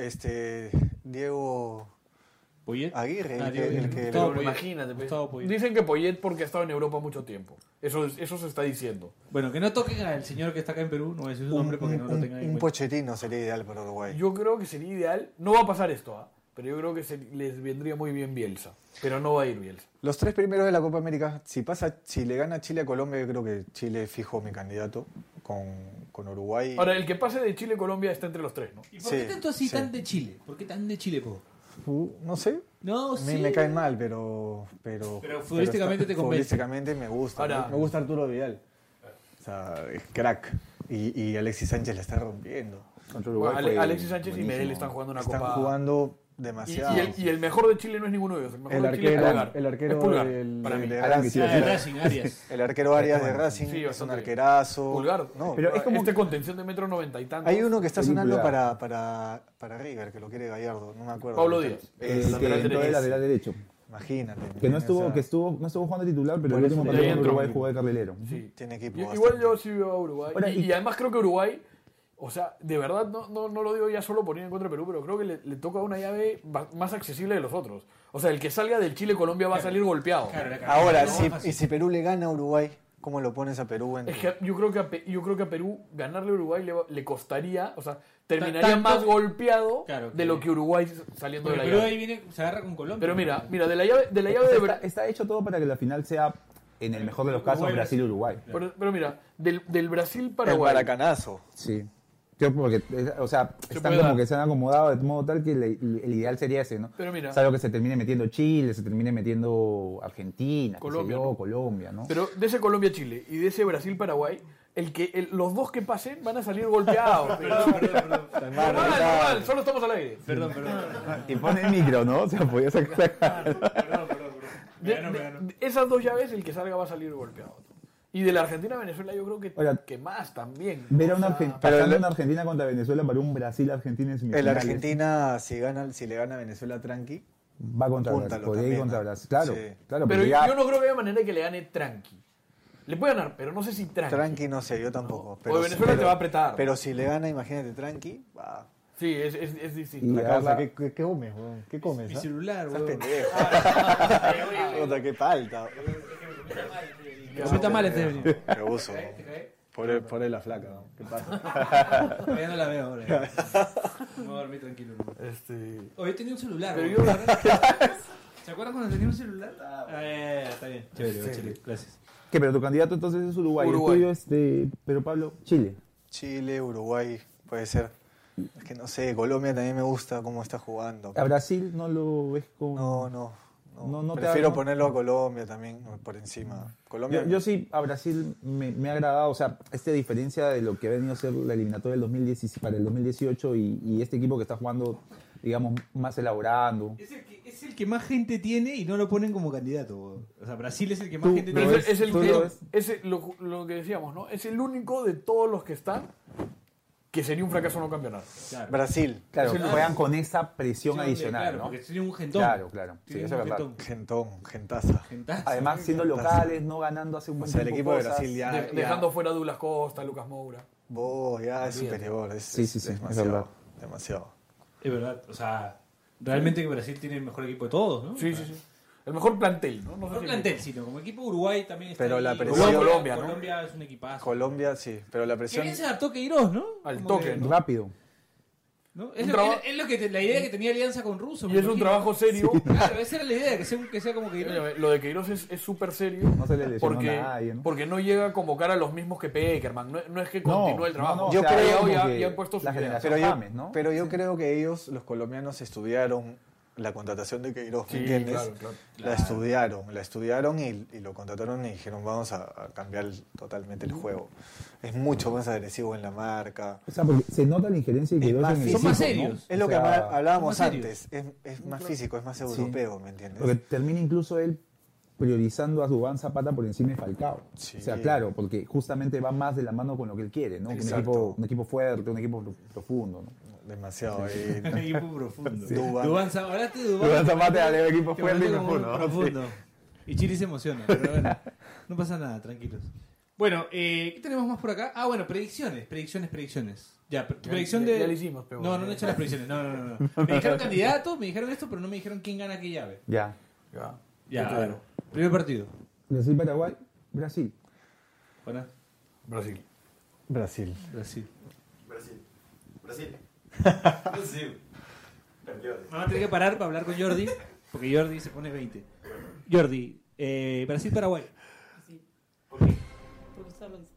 Diego ¿Poyet? Aguirre? Ah, el Diego que Aguirre. Pero Gustavo Poyet. imagínate, pues. Gustavo Poyet. Dicen que Poyet porque ha estado en Europa mucho tiempo. Eso se está diciendo. Bueno, que no toquen al señor que está acá en Perú, no voy a decir su nombre porque no lo tengan en un cuenta. Pochettino sería ideal para Uruguay. Yo creo que sería ideal. No va a pasar esto, pero yo creo que les vendría muy bien Bielsa. Pero no va a ir Bielsa. Los tres primeros de la Copa América, si le gana Chile a Colombia, yo creo que Chile fijo mi candidato con Uruguay. Ahora, el que pase de Chile a Colombia está entre los tres, ¿no? ¿Y por qué Sí, tanto así sí. tan de Chile? ¿Por qué tan de Chile, po? No sé, No, a mí sí. me cae mal, pero futbolísticamente te convence. Futbolísticamente me gusta. Ahora- Me gusta Arturo Vidal. O sea, es crack. Y Alexis Sánchez la está rompiendo. Contra Uruguay Bueno, fue Alexis Sánchez y buenísimo. Medel están jugando una Están copa. jugando Y demasiado. el mejor de Chile no es ninguno de ellos. El mejor El de Chile es arquero, Pulgar. el arquero Es Pulgar, del- para mí. de Alan, que sí, Racing, Ah, de Racing, Arias. el arquero Arias de Racing Sí, es un bastante. arquerazo. Pulgar. No, Pero es como Este contención de metro 90 y tantos. hay uno que está Película. sonando para River, que lo quiere Gallardo, no me acuerdo. Pablo Díaz. El Ese, que lateral entró de derecho. lateral derecho. Imagínate. Que no o estuvo, sea, no estuvo jugando titular, pero Por el eso último de partido ahí con entró. Uruguay jugó de carrilero. Sí. Tiene equipo. Igual bastante. yo sí veo a Uruguay. Ahora, y además creo que Uruguay, o sea, de verdad no lo digo ya solo por ir en contra de Perú, pero creo que le toca una llave más accesible de los otros. O sea, el que salga del Chile-Colombia va a salir golpeado. Claro, la Ahora, no, si, fácil. y si Perú le gana a Uruguay, ¿cómo lo pones a Perú? Es que yo creo que a Perú ganarle a Uruguay le costaría, o sea, terminaría Tanto- más golpeado Claro, de lo que Uruguay saliendo Porque de la Perú llave. ahí viene, se agarra con Colombia. Pero mira, de la llave de Está hecho todo para que la final sea, en el mejor de los casos, Uruguay, Brasil-Uruguay. pero mira, del el Brasil-Paraguay. maracanazo. Sí. Yo porque, o sea, Se están puede como dar. que se han acomodado de modo tal que el ideal sería ese, ¿no? Pero mira. Salvo que se termine metiendo Chile, se termine metiendo Argentina, Colombia, qué sé yo, ¿no? Colombia, ¿no? Pero de ese Colombia-Chile y de ese Brasil-Paraguay, los dos que pasen van a salir golpeados. Normal, solo estamos al aire. Perdón. Y pone el micro, ¿no? O sea, podía sacar. De esas dos llaves, el que salga va a salir golpeado. Y de la Argentina-Venezuela yo creo Oiga, que más también. Ver a O sea, pasando una Argentina contra Venezuela para un Brasil-Argentina en El semifinales. Argentina, si le gana a Venezuela tranqui, Va contra Brasil, Apúntalo podría ir también, contra ¿no? Brasil. Claro, Sí. claro, Pero porque ya yo no creo que haya manera de que le gane tranqui. Le puede ganar, pero no sé si tranqui. no sé, yo tampoco. O Venezuela te va a apretar. Pero si le gana, imagínate, tranqui, va. Sí, es distinto. Y La agarra- causa, ¿qué comes, weón? ¿Qué comes? Mi ah? celular, Estás weón. pendejo. Puta, qué falta. Lo sienta mal este. Qué abuso. Por la flaca, ¿no? ¿Qué pasa? Ya no la veo ahora. Me voy a dormir tranquilo. Hoy tenía un celular. Pero ¿no? yo- ¿Se acuerdan cuando tenía un celular? Está bien. Chévere, Sí. chévere. Gracias. ¿Qué? Pero tu candidato entonces es Uruguay. Uruguay. El tuyo es de Pedro Pablo, Chile. Chile, Uruguay, puede ser. Es que no sé, Colombia también me gusta cómo está jugando. ¿A Brasil no lo ves con...? No. No te Prefiero no- ponerlo a Colombia también por encima. Colombia. Yo sí, a Brasil me ha agradado, o sea, esta diferencia de lo que ha venido a ser la eliminatoria del 2017 para el 2018 y este equipo que está jugando, digamos, más elaborando. Es el que más gente tiene y no lo ponen como candidato. O sea, Brasil es el que más gente Pero tiene. es el tú que, lo ves. lo que decíamos, ¿no? Es el único de todos los que están que sería un fracaso no campeonato. Claro. Brasil. Claro, Es el- juegan con esa presión Sí, adicional, claro, ¿no? porque tiene un gentón. Claro, sí, Tiene eso un es verdad. gentón. Gentaza. Gentazo. Además, siendo locales, no ganando hace un O buen sea, el tiempo equipo de cosas. Brasil ya. Dejando fuera a Douglas Costa, Lucas Moura. Ya es Olvídate. superior. Sí, es demasiado. verdad. Demasiado. Es verdad. O sea, realmente que Brasil tiene el mejor equipo de todos, ¿no? Sí. El mejor plantel, ¿no? No plantel, sino como equipo Uruguay también está Pero ahí. la presión- Colombia, ¿no? Colombia es un equipazo. Colombia, sí. Pero la Que presión. bien se adaptó Queiroz, ¿no? Al Como toque, que- ¿no? Rápido. ¿no? Un traba- Es lo que la idea que tenía Alianza con Russo. Y me es un imagino. trabajo serio. Claro, esa era la idea, que sea como Queiroz. Oye, Lo de Queiroz es súper serio. No se le lesionó porque, a nadie, ¿no? porque no llega a convocar a los mismos que Peckerman. No es que continúe el trabajo. Yo creo ya han puesto sus la ideas. generación Pero yo, James, ¿no? pero yo creo que ellos, los colombianos, estudiaron la contratación de Queiroz, ¿me entiendes? claro. La estudiaron y lo contrataron y dijeron vamos a cambiar totalmente el juego. Es mucho más agresivo en la marca. O sea, porque se nota la injerencia de Queiroz más en el físico, Son más equipo, ¿no? serios. Es lo O que sea, hablábamos más serios. antes, es más físico, es más europeo, ¿me entiendes? Porque termina incluso él priorizando a Duván Zapata por encima de Falcao. Sí. O sea, claro, porque justamente va más de la mano con lo que él quiere, ¿no? Exacto. Un equipo fuerte, un equipo profundo, ¿no? Demasiado. Un equipo profundo. Duván. Hablaste de Duván. Duván Zapata es un equipo Te fuerte y mandé como profundo. profundo. Y Chile se emociona, pero bueno, no pasa nada, tranquilos. Bueno, ¿qué tenemos más por acá? Bueno, predicciones. Ya, predicción de... ya lo hicimos, pero No, bueno. no he hecho las predicciones, no. Me dijeron candidatos, me dijeron esto, pero no me dijeron quién gana qué llave. Ya. Ya, a ver. Primer partido. Brasil-Paraguay, Brasil. Juana. Brasil. Brasil. Brasil. Brasil. Vamos a tener que parar para hablar con Jordi, porque Jordi se pone 20. Jordi, Brasil-Paraguay. Sí. ¿Por qué? Porque usted lo dice.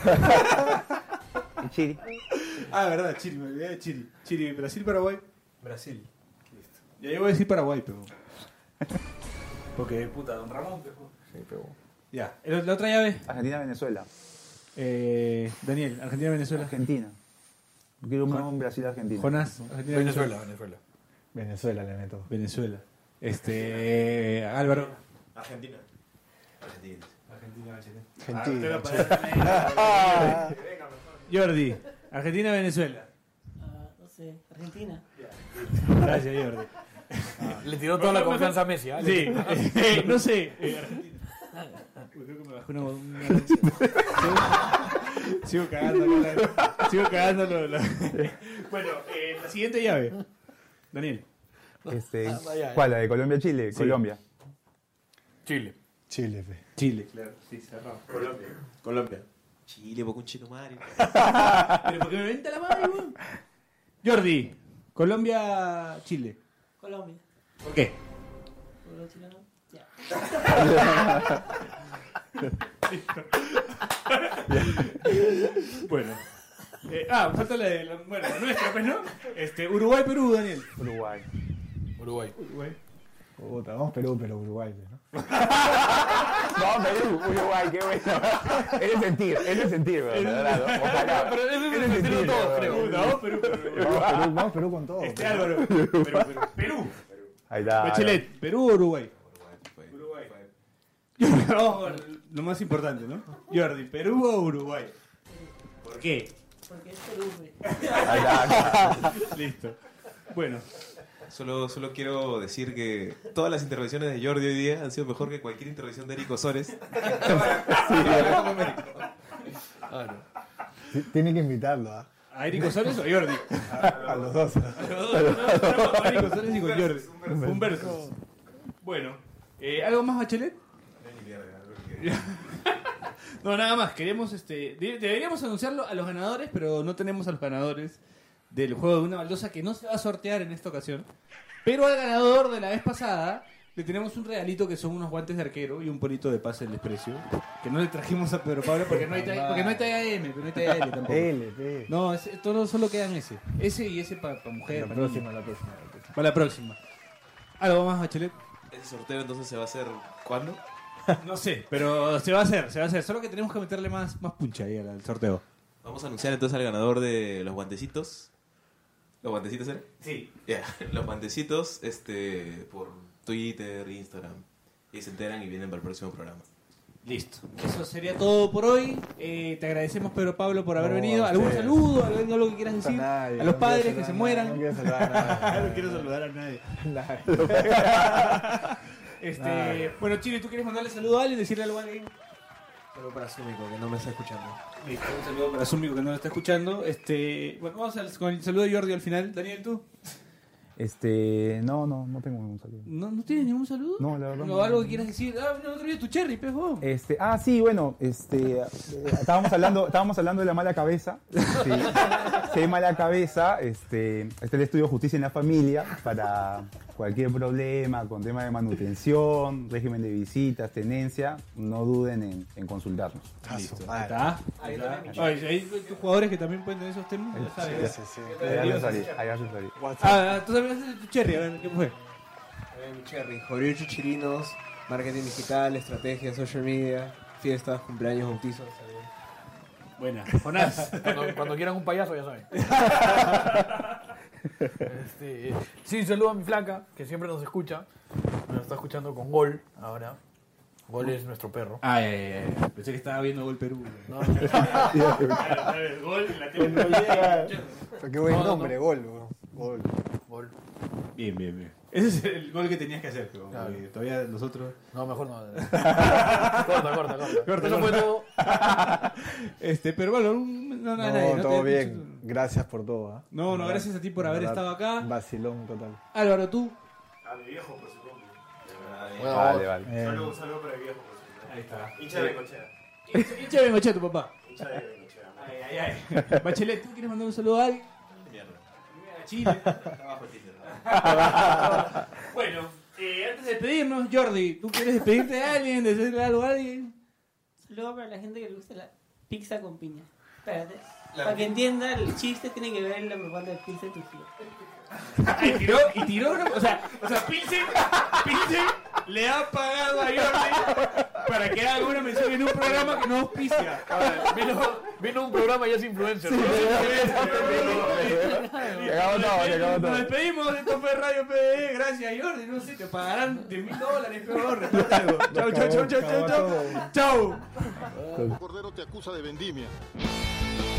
Y Chile. Verdad, Chile, me olvidé de Chile. Chile, Brasil-Paraguay. Brasil. Listo. Ya yo voy a decir Paraguay, pero... Porque, puta, don Ramón, pero... Sí, pero... Ya, la otra llave. Argentina-Venezuela. Daniel, Argentina-Venezuela. Argentina. Yo quiero un Brasil-Argentina. Jonás, Venezuela. Venezuela le meto. Venezuela. Álvaro. Argentina. Argentina. Jordi, Argentina-Venezuela. No sé, Argentina. Gracias, Jordi. Le tiró toda la confianza a Messi. ¿ah? Sí, no sé. Argentina. Uy, creo que me bajó una tensión. Sigo cagando. Bueno, la siguiente llave. Daniel. ¿Cuál? ¿La de Colombia-Chile? Sí. Colombia. Chile. Chile, fe. Chile, claro. Sí, cerrado. Colombia. Chile, porque un chino Mario. Pero porque me venta la madre, weón. Jordi, Colombia-Chile. Colombia. ¿Por qué? Por los chilenos. Ya. Bueno. Falta la nuestra, pues, ¿no? Uruguay-Perú, Daniel. Uruguay. Uruguay. Puta, vamos Perú, pero Uruguay, ¿no? No, Perú, Uruguay, qué bueno. Es de sentir, ¿verdad? Ojalá. Pero ese es el sentido de todos, creo. No, Perú. Vamos Perú con todo. Álvaro. Perú. Ahí está. Bachelet, ¿Perú o Uruguay? Uruguay. Vamos, lo más importante, ¿no? Jordi, ¿Perú o Uruguay? ¿Por qué? Porque es Perú, güey. Ahí está. Listo. Bueno. Solo quiero decir que todas las intervenciones de Jordi hoy día han sido mejor que cualquier intervención de Eric Osores. Tiene que invitarlo, ¿ah? ¿A Eric Osores o a Jordi? A los dos. A Eric Osores y con Jordi. Un verso. Bueno, ¿algo más, Bachelet? No, nada más. Queríamos, deberíamos anunciarlo a los ganadores, pero no tenemos a los ganadores del juego de una baldosa que no se va a sortear en esta ocasión. Pero al ganador de la vez pasada le tenemos un regalito que son unos guantes de arquero y un polito de pase del desprecio. Que no le trajimos a Pedro Pablo porque no hay talla M, pero no hay talla L tampoco. L. No, todos solo quedan ese. Ese y ese para mujer. La para próxima. Para la próxima. ¿Algo más, Bachelet? Ese sorteo entonces se va a hacer ¿cuándo? No sé, pero se va a hacer. Solo que tenemos que meterle más puncha ahí al sorteo. Vamos a anunciar entonces al ganador de los guantecitos. ¿Los guantecitos eran? Sí. Ya, los guantecitos por Twitter, Instagram. Y se enteran y vienen para el próximo programa. Listo. Eso sería todo por hoy. Te agradecemos, Pedro Pablo, por haber venido. a ¿Algún ustedes. saludo? ¿Algo que quieras decir? Nadie, A los no padres quiero que se saludar a mueran. nadie, no quiero saludar a nadie. No quiero saludar a nadie. Bueno, Chile, ¿tú quieres mandarle saludo a alguien? ¿Decirle algo a alguien? Solo para Súmico, que no me está escuchando. Listo, un saludo para Zúmico que no lo está escuchando. Bueno, vamos con el saludo de Jordi al final. Daniel, ¿tú? No tengo ningún saludo. ¿No tienes ningún saludo? No, la verdad. ¿O algo que quieras decir? No te olvides tu cherry, pez, vos. Sí, bueno, estábamos hablando de la mala cabeza. Sí, si hay mala cabeza, está el estudio Justicia en la Familia para cualquier problema con tema de manutención, régimen de visitas, tenencia, no duden en consultarnos. Listo. ¿Está? Hay jugadores que también pueden tener esos temas. Ya sabes. Sí. Allá se salí. Tú también haces tu cherry, a ver, ¿qué fue? Mi Cherry, Jorge Chichirinos, marketing digital, estrategia, social media, fiestas, cumpleaños, bautizos. Buena. Jonás. Cuando quieran un payaso, ya saben. Sí, saludo a mi flaca, que siempre nos escucha. Nos está escuchando con Gol ahora. Gol es nuestro perro. Pensé que estaba viendo Gol Perú. No. Gol, la tele. Qué buen nombre, Gol. Gol. Bien. Ese es el gol que tenías que hacer, pero Claro. todavía los otros... No, mejor no. Corta. Eso fue todo. Pero bueno, no, todo bien. Gracias por todo. ¿Ah? No, gracias a ti por haber estado acá. Vacilón total. Álvaro, tú. A mi viejo, por supuesto. Vale. Un saludo para mi viejo, por supuesto. Ahí está. Hincha de Bengochea. Hincha de Bengochea, tu papá. Hincha de Bengochea. Ay. Bachelet, ¿tú quieres mandar un saludo a alguien? Mierda. A Chile. Trabajo en Tinder. Bueno, antes de despedirnos, Jordi, ¿tú quieres despedirte de alguien, decirle algo a alguien? Saludo para la gente que le gusta la pizza con piña. Espérate. Para que entienda el chiste, tiene que ver la propaganda de pizza de tu tío. Y tiró una... O sea, Pilsen le ha pagado a Jordi para que haga una mención en un programa que no auspicia. Vino un programa y es influencer. Nos despedimos, esto fue Radio PDD, gracias Jordi, no sé, te pagarán $10,000, peor, reparte algo. Chau. Cordero te acusa de vendimia.